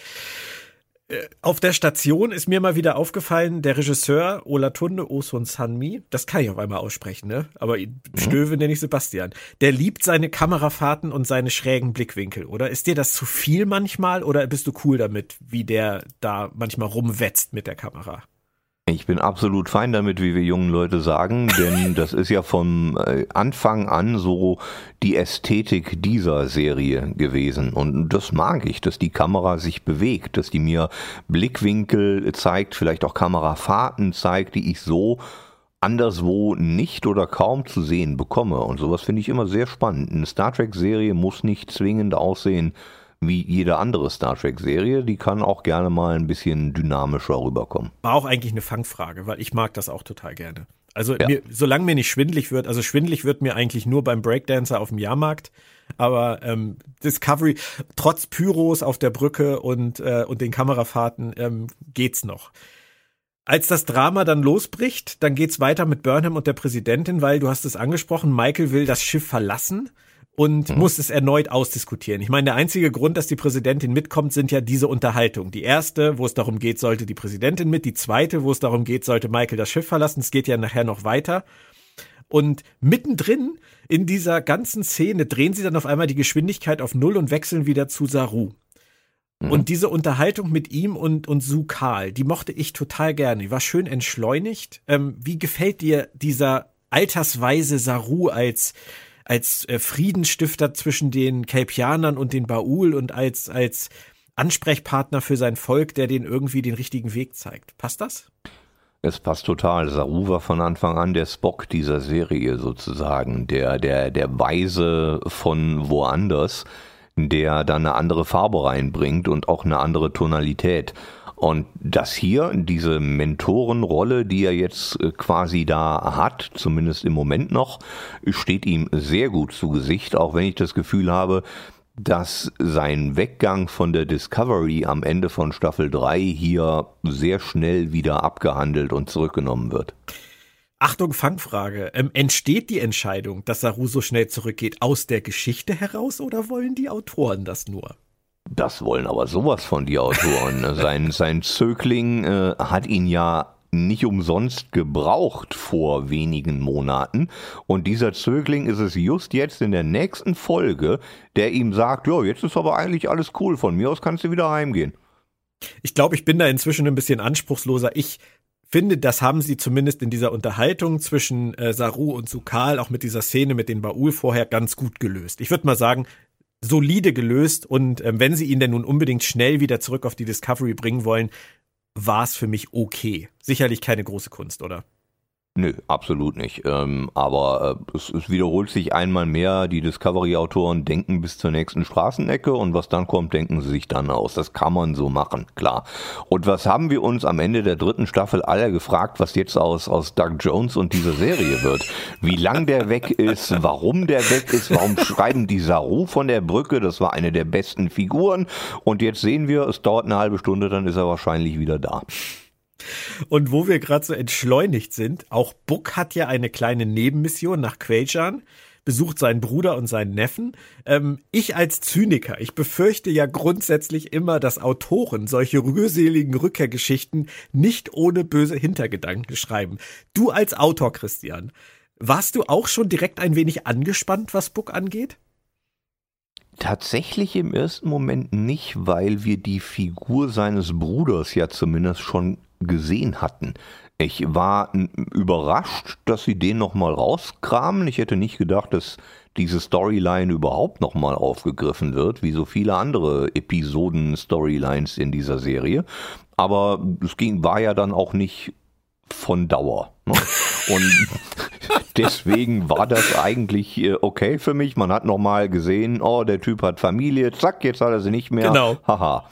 S1: Auf der Station ist mir mal wieder aufgefallen, der Regisseur Olatunde Osun Sanmi, das kann ich auf einmal aussprechen, ne? Aber Stöwe nenne ich Sebastian. Der liebt seine Kamerafahrten und seine schrägen Blickwinkel, oder? Ist dir das zu viel manchmal oder bist du cool damit, wie der da manchmal rumwetzt mit der Kamera?
S2: Ich bin absolut fein damit, wie wir jungen Leute sagen, denn das ist ja vom Anfang an so die Ästhetik dieser Serie gewesen. Und das mag ich, dass die Kamera sich bewegt, dass die mir Blickwinkel zeigt, vielleicht auch Kamerafahrten zeigt, die ich so anderswo nicht oder kaum zu sehen bekomme. Und sowas finde ich immer sehr spannend. Eine Star Trek-Serie muss nicht zwingend aussehen wie jede andere Star Trek-Serie, die kann auch gerne mal ein bisschen dynamischer rüberkommen.
S1: War auch eigentlich eine Fangfrage, weil ich mag das auch total gerne. Also
S2: ja.
S1: mir, solange mir nicht schwindelig wird, also schwindelig wird mir eigentlich nur beim Breakdancer auf dem Jahrmarkt, aber ähm, Discovery, trotz Pyros auf der Brücke und, äh, und den Kamerafahrten ähm, geht's noch. Als das Drama dann losbricht, dann geht's weiter mit Burnham und der Präsidentin, weil, du hast es angesprochen, Michael will das Schiff verlassen und mhm. muss es erneut ausdiskutieren. Ich meine, der einzige Grund, dass die Präsidentin mitkommt, sind ja diese Unterhaltungen. Die erste, wo es darum geht, sollte die Präsidentin mit. Die zweite, wo es darum geht, sollte Michael das Schiff verlassen. Es geht ja nachher noch weiter. Und mittendrin in dieser ganzen Szene drehen sie dann auf einmal die Geschwindigkeit auf Null und wechseln wieder zu Saru. Mhm. Und diese Unterhaltung mit ihm und, und Su'Kal, die mochte ich total gerne. Die war schön entschleunigt. Ähm, wie gefällt dir dieser altersweise Saru als als äh, Friedensstifter zwischen den Kelpianern und den Ba'ul und als als Ansprechpartner für sein Volk, der denen irgendwie den richtigen Weg zeigt. Passt das?
S2: Es passt total. Saru war von Anfang an der Spock dieser Serie sozusagen, der der der Weise von woanders, der dann eine andere Farbe reinbringt und auch eine andere Tonalität. Und das hier, diese Mentorenrolle, die er jetzt quasi da hat, zumindest im Moment noch, steht ihm sehr gut zu Gesicht, auch wenn ich das Gefühl habe, dass sein Weggang von der Discovery am Ende von Staffel drei hier sehr schnell wieder abgehandelt und zurückgenommen wird.
S1: Achtung, Fangfrage. Ähm, entsteht die Entscheidung, dass Saru so schnell zurückgeht, aus der Geschichte heraus oder wollen die Autoren das nur?
S2: Das wollen aber sowas von die Autoren. sein, sein Zögling äh, hat ihn ja nicht umsonst gebraucht vor wenigen Monaten. Und dieser Zögling ist es just jetzt in der nächsten Folge, der ihm sagt, ja, jetzt ist aber eigentlich alles cool, von mir aus kannst du wieder heimgehen.
S1: Ich glaube, ich bin da inzwischen ein bisschen anspruchsloser. Ich finde, das haben sie zumindest in dieser Unterhaltung zwischen äh, Saru und Su'Kal, auch mit dieser Szene mit den Ba'ul vorher, ganz gut gelöst. Ich würde mal sagen, solide gelöst und ähm, wenn sie ihn denn nun unbedingt schnell wieder zurück auf die Discovery bringen wollen, war es für mich okay. Sicherlich keine große Kunst, oder?
S2: Nö, absolut nicht. Ähm, aber äh, es, es wiederholt sich einmal mehr, die Discovery-Autoren denken bis zur nächsten Straßenecke und was dann kommt, denken sie sich dann aus. Das kann man so machen, klar. Und was haben wir uns am Ende der dritten Staffel alle gefragt, was jetzt aus, aus Doug Jones und dieser Serie wird? Wie lang der weg ist, warum der weg ist, warum schreiben die Saru von der Brücke, das war eine der besten Figuren. Und jetzt sehen wir, es dauert eine halbe Stunde, dann ist er wahrscheinlich wieder da.
S1: Und wo wir gerade so entschleunigt sind, auch Book hat ja eine kleine Nebenmission nach Quajan, besucht seinen Bruder und seinen Neffen. Ähm, ich als Zyniker, ich befürchte ja grundsätzlich immer, dass Autoren solche rührseligen Rückkehrgeschichten nicht ohne böse Hintergedanken schreiben. Du als Autor, Christian, warst du auch schon direkt ein wenig angespannt, was Book angeht?
S2: Tatsächlich im ersten Moment nicht, weil wir die Figur seines Bruders ja zumindest schon gesehen hatten. Ich war überrascht, dass sie den nochmal rauskramen. Ich hätte nicht gedacht, dass diese Storyline überhaupt nochmal aufgegriffen wird, wie so viele andere Episoden-Storylines in dieser Serie. Aber es ging, war ja dann auch nicht von Dauer. Ne? Und deswegen war das eigentlich okay für mich. Man hat nochmal gesehen, oh, der Typ hat Familie, zack, jetzt hat er sie nicht mehr.
S1: Genau.
S2: Haha.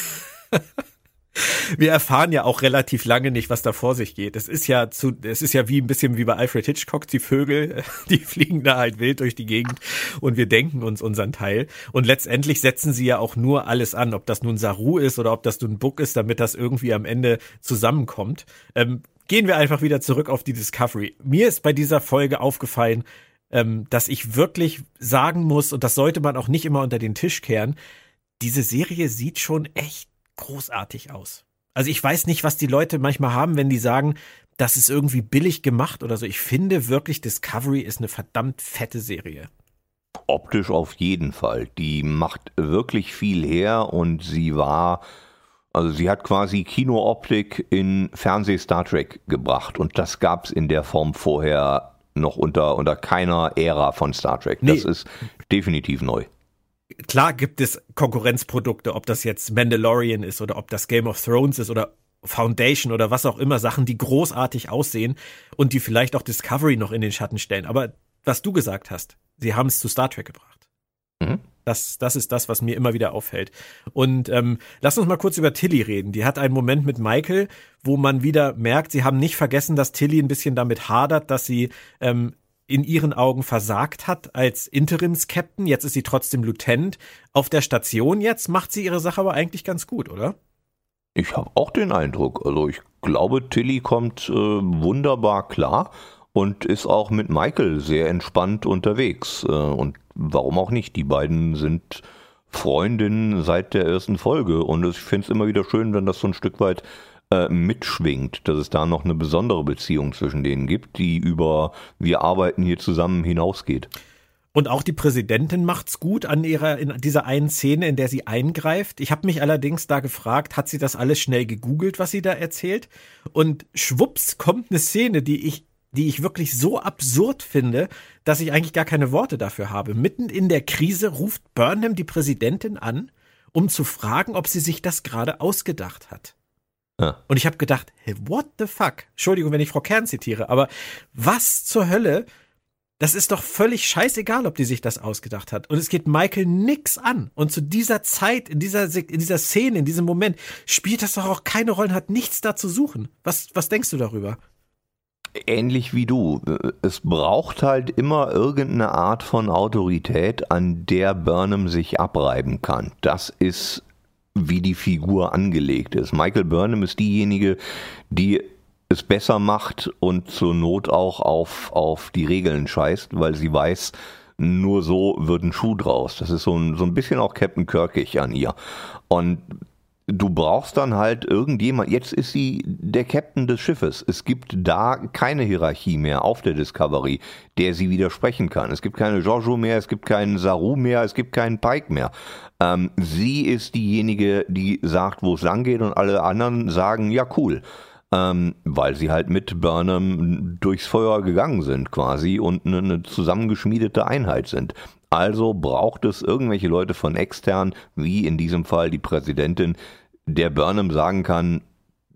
S1: Wir erfahren ja auch relativ lange nicht, was da vor sich geht. Es ist ja zu, es ist ja wie ein bisschen wie bei Alfred Hitchcock, die Vögel, die fliegen da halt wild durch die Gegend und wir denken uns unseren Teil. Und letztendlich setzen sie ja auch nur alles an, ob das nun Saru ist oder ob das nun Book ist, damit das irgendwie am Ende zusammenkommt. Ähm, gehen wir einfach wieder zurück auf die Discovery. Mir ist bei dieser Folge aufgefallen, ähm, dass ich wirklich sagen muss, und das sollte man auch nicht immer unter den Tisch kehren, diese Serie sieht schon echt großartig aus. Also ich weiß nicht, was die Leute manchmal haben, wenn die sagen, das ist irgendwie billig gemacht oder so. Ich finde wirklich, Discovery ist eine verdammt fette Serie.
S2: Optisch auf jeden Fall. Die macht wirklich viel her und sie war, also sie hat quasi Kinooptik in Fernseh-Star Trek gebracht und das gab es in der Form vorher noch unter, unter keiner Ära von Star Trek. Das nee. ist definitiv neu.
S1: Klar gibt es Konkurrenzprodukte, ob das jetzt Mandalorian ist oder ob das Game of Thrones ist oder Foundation oder was auch immer, Sachen, die großartig aussehen und die vielleicht auch Discovery noch in den Schatten stellen. Aber was du gesagt hast, sie haben es zu Star Trek gebracht. Mhm. Das, das ist das, was mir immer wieder auffällt. Und ähm, lass uns mal kurz über Tilly reden. Die hat einen Moment mit Michael, wo man wieder merkt, sie haben nicht vergessen, dass Tilly ein bisschen damit hadert, dass sie ähm, in ihren Augen versagt hat als Interims-Captain. Jetzt ist sie trotzdem Lieutenant. Auf der Station jetzt macht sie ihre Sache aber eigentlich ganz gut, oder?
S2: Ich habe auch den Eindruck. Also ich glaube, Tilly kommt äh, wunderbar klar und ist auch mit Michael sehr entspannt unterwegs. Äh, und warum auch nicht? Die beiden sind Freundinnen seit der ersten Folge. Und ich finde es immer wieder schön, wenn das so ein Stück weit mitschwingt, dass es da noch eine besondere Beziehung zwischen denen gibt, die über wir arbeiten hier zusammen hinausgeht.
S1: Und auch die Präsidentin macht's gut an ihrer in dieser einen Szene, in der sie eingreift. Ich habe mich allerdings da gefragt, hat sie das alles schnell gegoogelt, was sie da erzählt? Und schwupps kommt eine Szene, die ich die ich wirklich so absurd finde, dass ich eigentlich gar keine Worte dafür habe. Mitten in der Krise ruft Burnham die Präsidentin an, um zu fragen, ob sie sich das gerade ausgedacht hat. Ja. Und ich habe gedacht, hey, what the fuck? Entschuldigung, wenn ich Frau Kern zitiere, aber was zur Hölle? Das ist doch völlig scheißegal, ob die sich das ausgedacht hat. Und es geht Michael nix an. Und zu dieser Zeit, in dieser, in dieser Szene, in diesem Moment, spielt das doch auch keine Rolle, hat nichts da zu suchen. Was, was denkst du darüber?
S2: Ähnlich wie du. Es braucht halt immer irgendeine Art von Autorität, an der Burnham sich abreiben kann. Das ist wie die Figur angelegt ist. Michael Burnham ist diejenige, die es besser macht und zur Not auch auf, auf die Regeln scheißt, weil sie weiß, nur so wird ein Schuh draus. Das ist so ein, so ein bisschen auch Captain Kirkig an ihr. Und du brauchst dann halt irgendjemand, jetzt ist sie der Captain des Schiffes. Es gibt da keine Hierarchie mehr auf der Discovery, der sie widersprechen kann. Es gibt keine Giorgio mehr, es gibt keinen Saru mehr, es gibt keinen Pike mehr. Ähm, sie ist diejenige, die sagt, wo es lang geht und alle anderen sagen, ja cool. Ähm, weil sie halt mit Burnham durchs Feuer gegangen sind quasi und eine, eine zusammengeschmiedete Einheit sind. Also braucht es irgendwelche Leute von extern, wie in diesem Fall die Präsidentin, der Burnham sagen kann,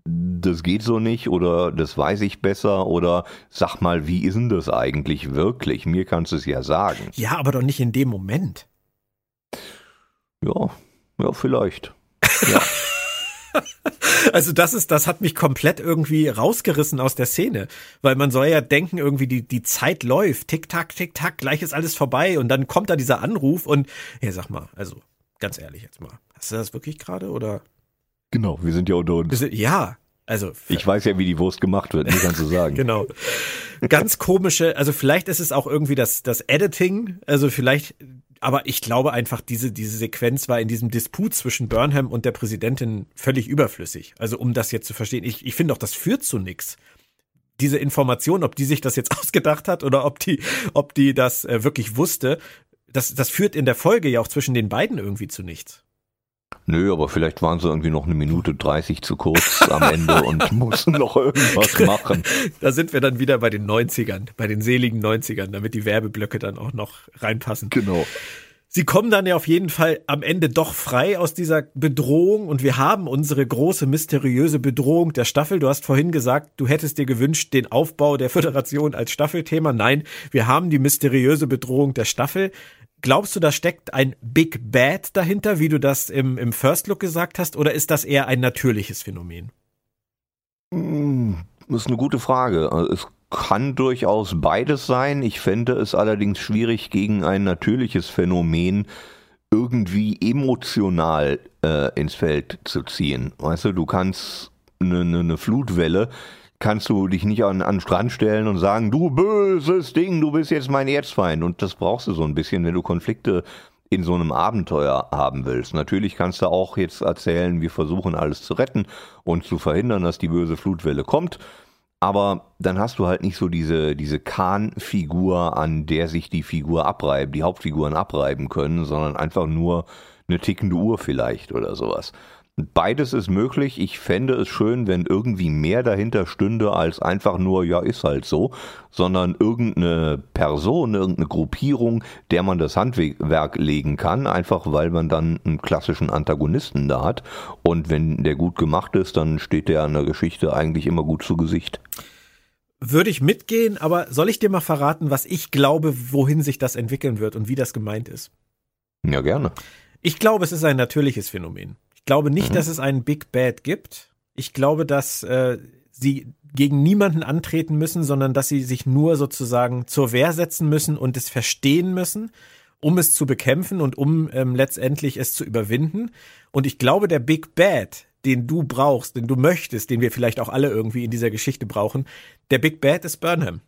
S2: das geht so nicht oder das weiß ich besser oder sag mal, wie ist denn das eigentlich wirklich? Mir kannst du es ja sagen.
S1: Ja, aber doch nicht in dem Moment.
S2: Ja, ja, vielleicht. Ja.
S1: Also das ist, das hat mich komplett irgendwie rausgerissen aus der Szene, weil man soll ja denken, irgendwie die, die Zeit läuft, tick, tack, tick, tack, gleich ist alles vorbei und dann kommt da dieser Anruf und, ja, sag mal, also ganz ehrlich jetzt mal, hast du das wirklich gerade oder?
S2: Genau, wir sind ja unter uns.
S1: Ja, also.
S2: Ich weiß ja, wie die Wurst gemacht wird, wie kannst du sagen.
S1: Genau. Ganz komische, also vielleicht ist es auch irgendwie das, das Editing, also vielleicht, aber ich glaube einfach, diese, diese Sequenz war in diesem Disput zwischen Burnham und der Präsidentin völlig überflüssig. Also um das jetzt zu verstehen, ich, ich finde auch, das führt zu nichts. Diese Information, ob die sich das jetzt ausgedacht hat oder ob die, ob die das äh, wirklich wusste, das, das führt in der Folge ja auch zwischen den beiden irgendwie zu nichts.
S2: Nö, aber vielleicht waren sie irgendwie noch eine Minute dreißig zu kurz am Ende und mussten noch irgendwas machen.
S1: Da sind wir dann wieder bei den neunzigern, bei den seligen neunzigern, damit die Werbeblöcke dann auch noch reinpassen.
S2: Genau.
S1: Sie kommen dann ja auf jeden Fall am Ende doch frei aus dieser Bedrohung und wir haben unsere große, mysteriöse Bedrohung der Staffel. Du hast vorhin gesagt, du hättest dir gewünscht, den Aufbau der Föderation als Staffelthema. Nein, wir haben die mysteriöse Bedrohung der Staffel. Glaubst du, da steckt ein Big Bad dahinter, wie du das im, im First Look gesagt hast, oder ist das eher ein natürliches Phänomen?
S2: Das ist eine gute Frage. Es kann durchaus beides sein. Ich fände es allerdings schwierig, gegen ein natürliches Phänomen irgendwie emotional äh, ins Feld zu ziehen. Weißt du, du kannst eine, eine, eine Flutwelle, kannst du dich nicht an, an den Strand stellen und sagen, du böses Ding, du bist jetzt mein Erzfeind. Und das brauchst du so ein bisschen, wenn du Konflikte in so einem Abenteuer haben willst. Natürlich kannst du auch jetzt erzählen, wir versuchen alles zu retten und zu verhindern, dass die böse Flutwelle kommt. Aber dann hast du halt nicht so diese, diese Khan-Figur, an der sich die Figur abreibt, die Hauptfiguren abreiben können, sondern einfach nur eine tickende Uhr vielleicht oder sowas. Beides ist möglich. Ich fände es schön, wenn irgendwie mehr dahinter stünde als einfach nur, ja, ist halt so, sondern irgendeine Person, irgendeine Gruppierung, der man das Handwerk legen kann, einfach weil man dann einen klassischen Antagonisten da hat. Und wenn der gut gemacht ist, dann steht der an der Geschichte eigentlich immer gut zu Gesicht.
S1: Würde ich mitgehen, aber soll ich dir mal verraten, was ich glaube, wohin sich das entwickeln wird und wie das gemeint ist?
S2: Ja, gerne.
S1: Ich glaube, es ist ein natürliches Phänomen. Ich glaube nicht, mhm. dass es einen Big Bad gibt. Ich glaube, dass äh, sie gegen niemanden antreten müssen, sondern dass sie sich nur sozusagen zur Wehr setzen müssen und es verstehen müssen, um es zu bekämpfen und um ähm, letztendlich es zu überwinden. Und ich glaube, der Big Bad, den du brauchst, den du möchtest, den wir vielleicht auch alle irgendwie in dieser Geschichte brauchen, der Big Bad ist Burnham.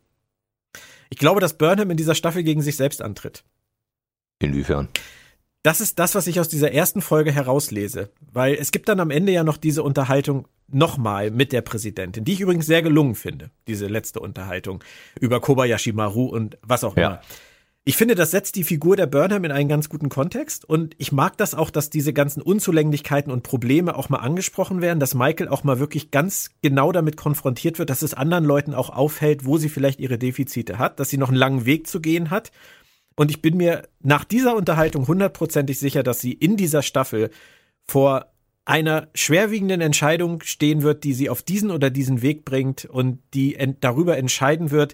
S1: Ich glaube, dass Burnham in dieser Staffel gegen sich selbst antritt.
S2: Inwiefern?
S1: Das ist das, was ich aus dieser ersten Folge herauslese, weil es gibt dann am Ende ja noch diese Unterhaltung nochmal mit der Präsidentin, die ich übrigens sehr gelungen finde, diese letzte Unterhaltung über Kobayashi Maru und was auch
S2: ja.
S1: immer. Ich finde, das setzt die Figur der Burnham in einen ganz guten Kontext und ich mag das auch, dass diese ganzen Unzulänglichkeiten und Probleme auch mal angesprochen werden, dass Michael auch mal wirklich ganz genau damit konfrontiert wird, dass es anderen Leuten auch auffällt, wo sie vielleicht ihre Defizite hat, dass sie noch einen langen Weg zu gehen hat. Und ich bin mir nach dieser Unterhaltung hundertprozentig sicher, dass sie in dieser Staffel vor einer schwerwiegenden Entscheidung stehen wird, die sie auf diesen oder diesen Weg bringt und die ent- darüber entscheiden wird,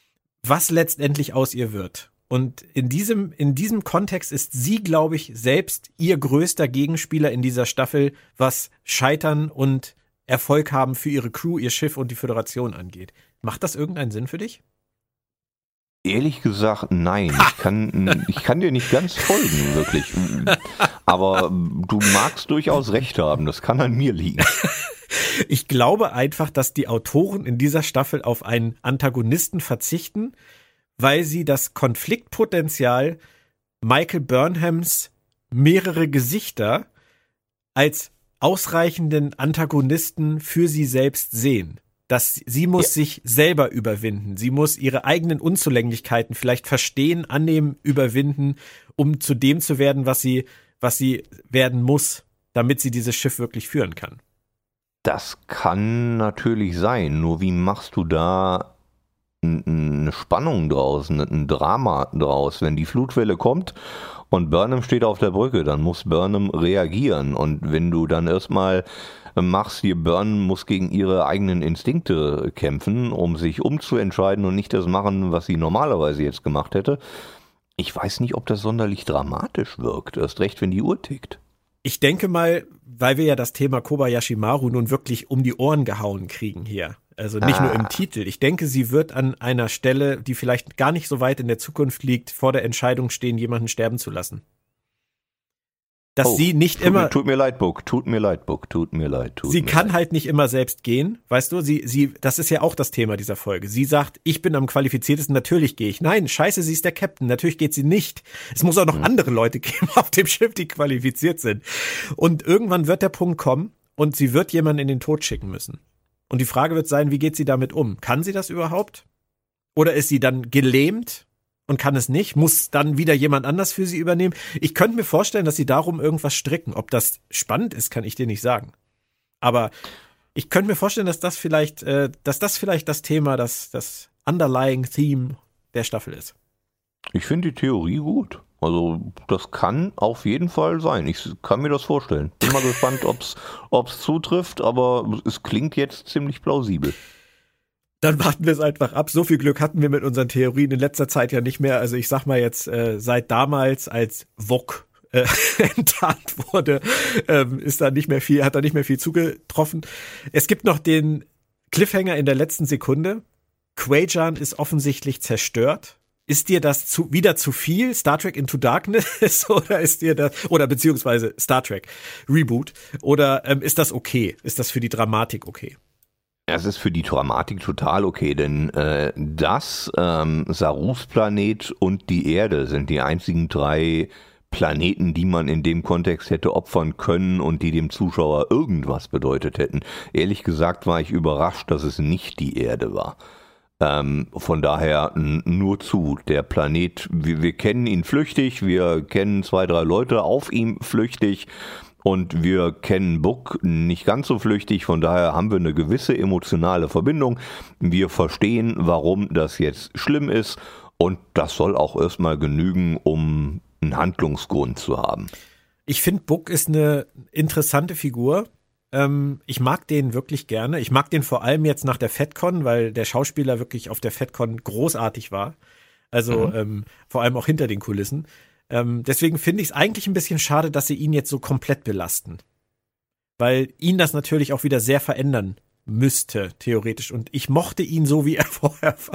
S1: was letztendlich aus ihr wird. Und in diesem, in diesem Kontext ist sie, glaube ich, selbst ihr größter Gegenspieler in dieser Staffel, was Scheitern und Erfolg haben für ihre Crew, ihr Schiff und die Föderation angeht. Macht das irgendeinen Sinn für dich?
S2: Ehrlich gesagt, nein. Ich kann, ich kann dir nicht ganz folgen, wirklich. Aber du magst durchaus recht haben. Das kann an mir liegen.
S1: Ich glaube einfach, dass die Autoren in dieser Staffel auf einen Antagonisten verzichten, weil sie das Konfliktpotenzial Michael Burnhams mehrere Gesichter als ausreichenden Antagonisten für sie selbst sehen. Dass sie muss ja. sich selber überwinden. Sie muss ihre eigenen Unzulänglichkeiten vielleicht verstehen, annehmen, überwinden, um zu dem zu werden, was sie, was sie werden muss, damit sie dieses Schiff wirklich führen kann.
S2: Das kann natürlich sein. Nur wie machst du da eine Spannung draus, ein Drama draus. Wenn die Flutwelle kommt und Burnham steht auf der Brücke, dann muss Burnham reagieren. Und wenn du dann erstmal machst, hier Burnham muss gegen ihre eigenen Instinkte kämpfen, um sich umzuentscheiden und nicht das machen, was sie normalerweise jetzt gemacht hätte. Ich weiß nicht, ob das sonderlich dramatisch wirkt. Erst recht, wenn die Uhr tickt.
S1: Ich denke mal, weil wir ja das Thema Kobayashi Maru nun wirklich um die Ohren gehauen kriegen hier. Also nicht ah. nur im Titel. Ich denke, sie wird an einer Stelle, die vielleicht gar nicht so weit in der Zukunft liegt, vor der Entscheidung stehen, jemanden sterben zu lassen. Dass oh, sie nicht
S2: tut
S1: immer...
S2: Mir, tut mir leid, Book, tut mir leid, Book, tut mir leid. Tut
S1: sie
S2: mir
S1: kann
S2: leid.
S1: halt nicht immer selbst gehen, weißt du? Sie, sie, das ist ja auch das Thema dieser Folge. Sie sagt, ich bin am qualifiziertesten, natürlich gehe ich. Nein, scheiße, sie ist der Captain, natürlich geht sie nicht. Es muss auch noch hm. andere Leute geben auf dem Schiff, die qualifiziert sind. Und irgendwann wird der Punkt kommen und sie wird jemanden in den Tod schicken müssen. Und die Frage wird sein, wie geht sie damit um? Kann sie das überhaupt? Oder ist sie dann gelähmt und kann es nicht? Muss dann wieder jemand anders für sie übernehmen? Ich könnte mir vorstellen, dass sie darum irgendwas stricken. Ob das spannend ist, kann ich dir nicht sagen. Aber ich könnte mir vorstellen, dass das vielleicht, äh, dass das vielleicht das Thema, das, das underlying Theme der Staffel ist.
S2: Ich finde die Theorie gut. Also das kann auf jeden Fall sein. Ich kann mir das vorstellen. Bin mal gespannt, ob's ob's zutrifft, aber es klingt jetzt ziemlich plausibel.
S1: Dann warten wir es einfach ab. So viel Glück hatten wir mit unseren Theorien in letzter Zeit ja nicht mehr. Also ich sag mal jetzt, äh, seit damals, als Vok äh, enttarnt wurde, ähm, ist da nicht mehr viel, hat da nicht mehr viel zugetroffen. Es gibt noch den Cliffhanger in der letzten Sekunde. Quajan ist offensichtlich zerstört. Ist dir das zu, wieder zu viel, Star Trek Into Darkness, oder ist dir das, oder beziehungsweise Star Trek Reboot, oder ähm, ist das okay? Ist das für die Dramatik okay?
S2: Es ist für die Dramatik total okay, denn äh, das, ähm, Sarus Planet und die Erde sind die einzigen drei Planeten, die man in dem Kontext hätte opfern können und die dem Zuschauer irgendwas bedeutet hätten. Ehrlich gesagt war ich überrascht, dass es nicht die Erde war. Ähm, von daher n- nur zu. Der Planet, wir, wir kennen ihn flüchtig, wir kennen zwei, drei Leute auf ihm flüchtig und wir kennen Book nicht ganz so flüchtig, von daher haben wir eine gewisse emotionale Verbindung. Wir verstehen, warum das jetzt schlimm ist und das soll auch erstmal genügen, um einen Handlungsgrund zu haben.
S1: Ich finde, Book ist eine interessante Figur. Ähm, ich mag den wirklich gerne. Ich mag den vor allem jetzt nach der FedCon, weil der Schauspieler wirklich auf der FedCon großartig war. Also mhm. ähm, vor allem auch hinter den Kulissen. Ähm, deswegen finde ich es eigentlich ein bisschen schade, dass sie ihn jetzt so komplett belasten. Weil ihn das natürlich auch wieder sehr verändern müsste, theoretisch. Und ich mochte ihn so, wie er vorher war.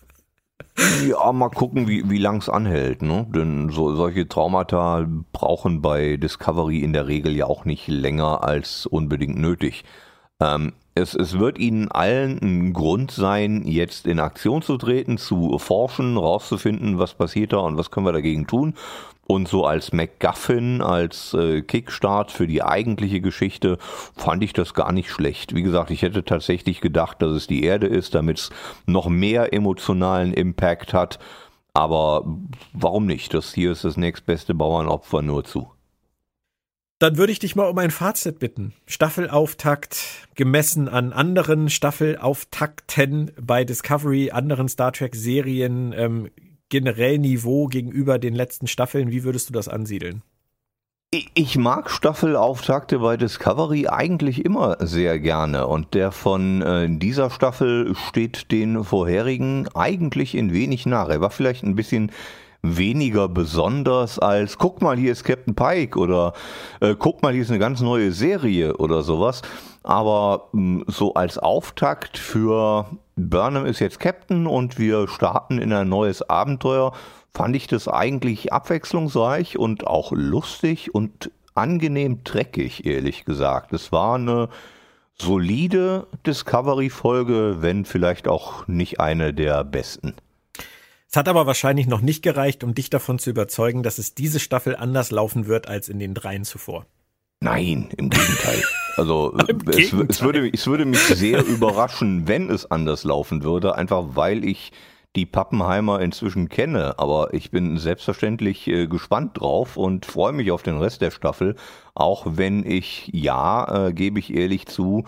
S2: Ja, mal gucken, wie, wie lang es anhält, ne? Denn so, solche Traumata brauchen bei Discovery in der Regel ja auch nicht länger als unbedingt nötig. Ähm, es, es wird ihnen allen ein Grund sein, jetzt in Aktion zu treten, zu forschen, rauszufinden, was passiert da und was können wir dagegen tun. Und so als MacGuffin, als äh, Kickstart für die eigentliche Geschichte fand ich das gar nicht schlecht. Wie gesagt, ich hätte tatsächlich gedacht, dass es die Erde ist, damit es noch mehr emotionalen Impact hat. Aber warum nicht? Das hier ist das nächstbeste Bauernopfer, nur zu.
S1: Dann würde ich dich mal um ein Fazit bitten. Staffelauftakt gemessen an anderen Staffelauftakten bei Discovery, anderen Star Trek-Serien, ähm, generell Niveau gegenüber den letzten Staffeln, wie würdest du das ansiedeln?
S2: Ich mag Staffelauftakte bei Discovery eigentlich immer sehr gerne und der von äh, dieser Staffel steht den vorherigen eigentlich in wenig nach. Er war vielleicht ein bisschen weniger besonders als guck mal, hier ist Captain Pike oder äh, guck mal, hier ist eine ganz neue Serie oder sowas. Aber mh, so als Auftakt für Burnham ist jetzt Captain und wir starten in ein neues Abenteuer, fand ich das eigentlich abwechslungsreich und auch lustig und angenehm dreckig, ehrlich gesagt. Es war eine solide Discovery-Folge, wenn vielleicht auch nicht eine der besten.
S1: Es hat aber wahrscheinlich noch nicht gereicht, um dich davon zu überzeugen, dass es diese Staffel anders laufen wird als in den dreien zuvor.
S2: Nein, im Gegenteil. Also es, es, würde, es würde mich sehr überraschen, wenn es anders laufen würde, einfach weil ich die Pappenheimer inzwischen kenne. Aber ich bin selbstverständlich äh, gespannt drauf und freue mich auf den Rest der Staffel, auch wenn ich, ja, äh, gebe ich ehrlich zu,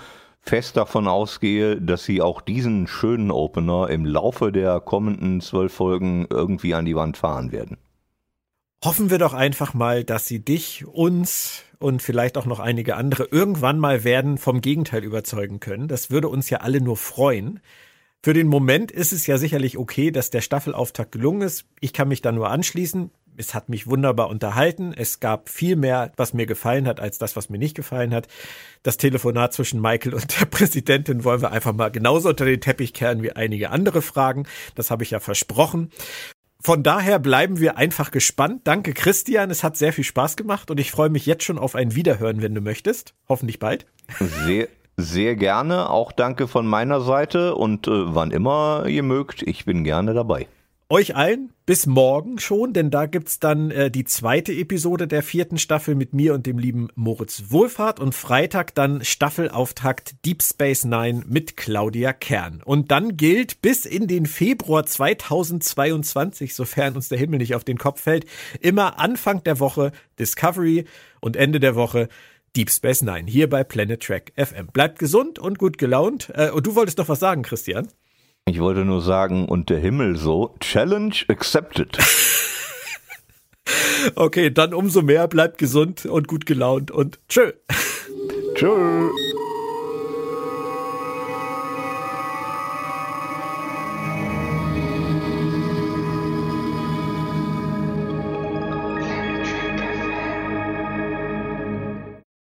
S2: fest davon ausgehe, dass sie auch diesen schönen Opener im Laufe der kommenden zwölf Folgen irgendwie an die Wand fahren werden.
S1: Hoffen wir doch einfach mal, dass sie dich, uns und vielleicht auch noch einige andere irgendwann mal werden vom Gegenteil überzeugen können. Das würde uns ja alle nur freuen. Für den Moment ist es ja sicherlich okay, dass der Staffelauftakt gelungen ist. Ich kann mich da nur anschließen. Es hat mich wunderbar unterhalten. Es gab viel mehr, was mir gefallen hat, als das, was mir nicht gefallen hat. Das Telefonat zwischen Michael und der Präsidentin wollen wir einfach mal genauso unter den Teppich kehren wie einige andere Fragen. Das habe ich ja versprochen. Von daher bleiben wir einfach gespannt. Danke, Christian. Es hat sehr viel Spaß gemacht und ich freue mich jetzt schon auf ein Wiederhören, wenn du möchtest. Hoffentlich bald.
S2: Sehr, sehr gerne. Auch danke von meiner Seite und äh, wann immer ihr mögt, ich bin gerne dabei.
S1: Euch allen bis morgen schon, denn da gibt's dann äh, die zweite Episode der vierten Staffel mit mir und dem lieben Moritz Wohlfahrt und Freitag dann Staffelauftakt Deep Space Nine mit Claudia Kern. Und dann gilt bis in den Februar zweitausendzweiundzwanzig, sofern uns der Himmel nicht auf den Kopf fällt, immer Anfang der Woche Discovery und Ende der Woche Deep Space Nine hier bei Planet Trek F M. Bleibt gesund und gut gelaunt. Äh, und du wolltest noch was sagen, Christian?
S2: Ich wollte nur sagen, und der Himmel so, Challenge accepted.
S1: Okay, dann umso mehr, bleibt gesund und gut gelaunt und tschö.
S2: Tschö.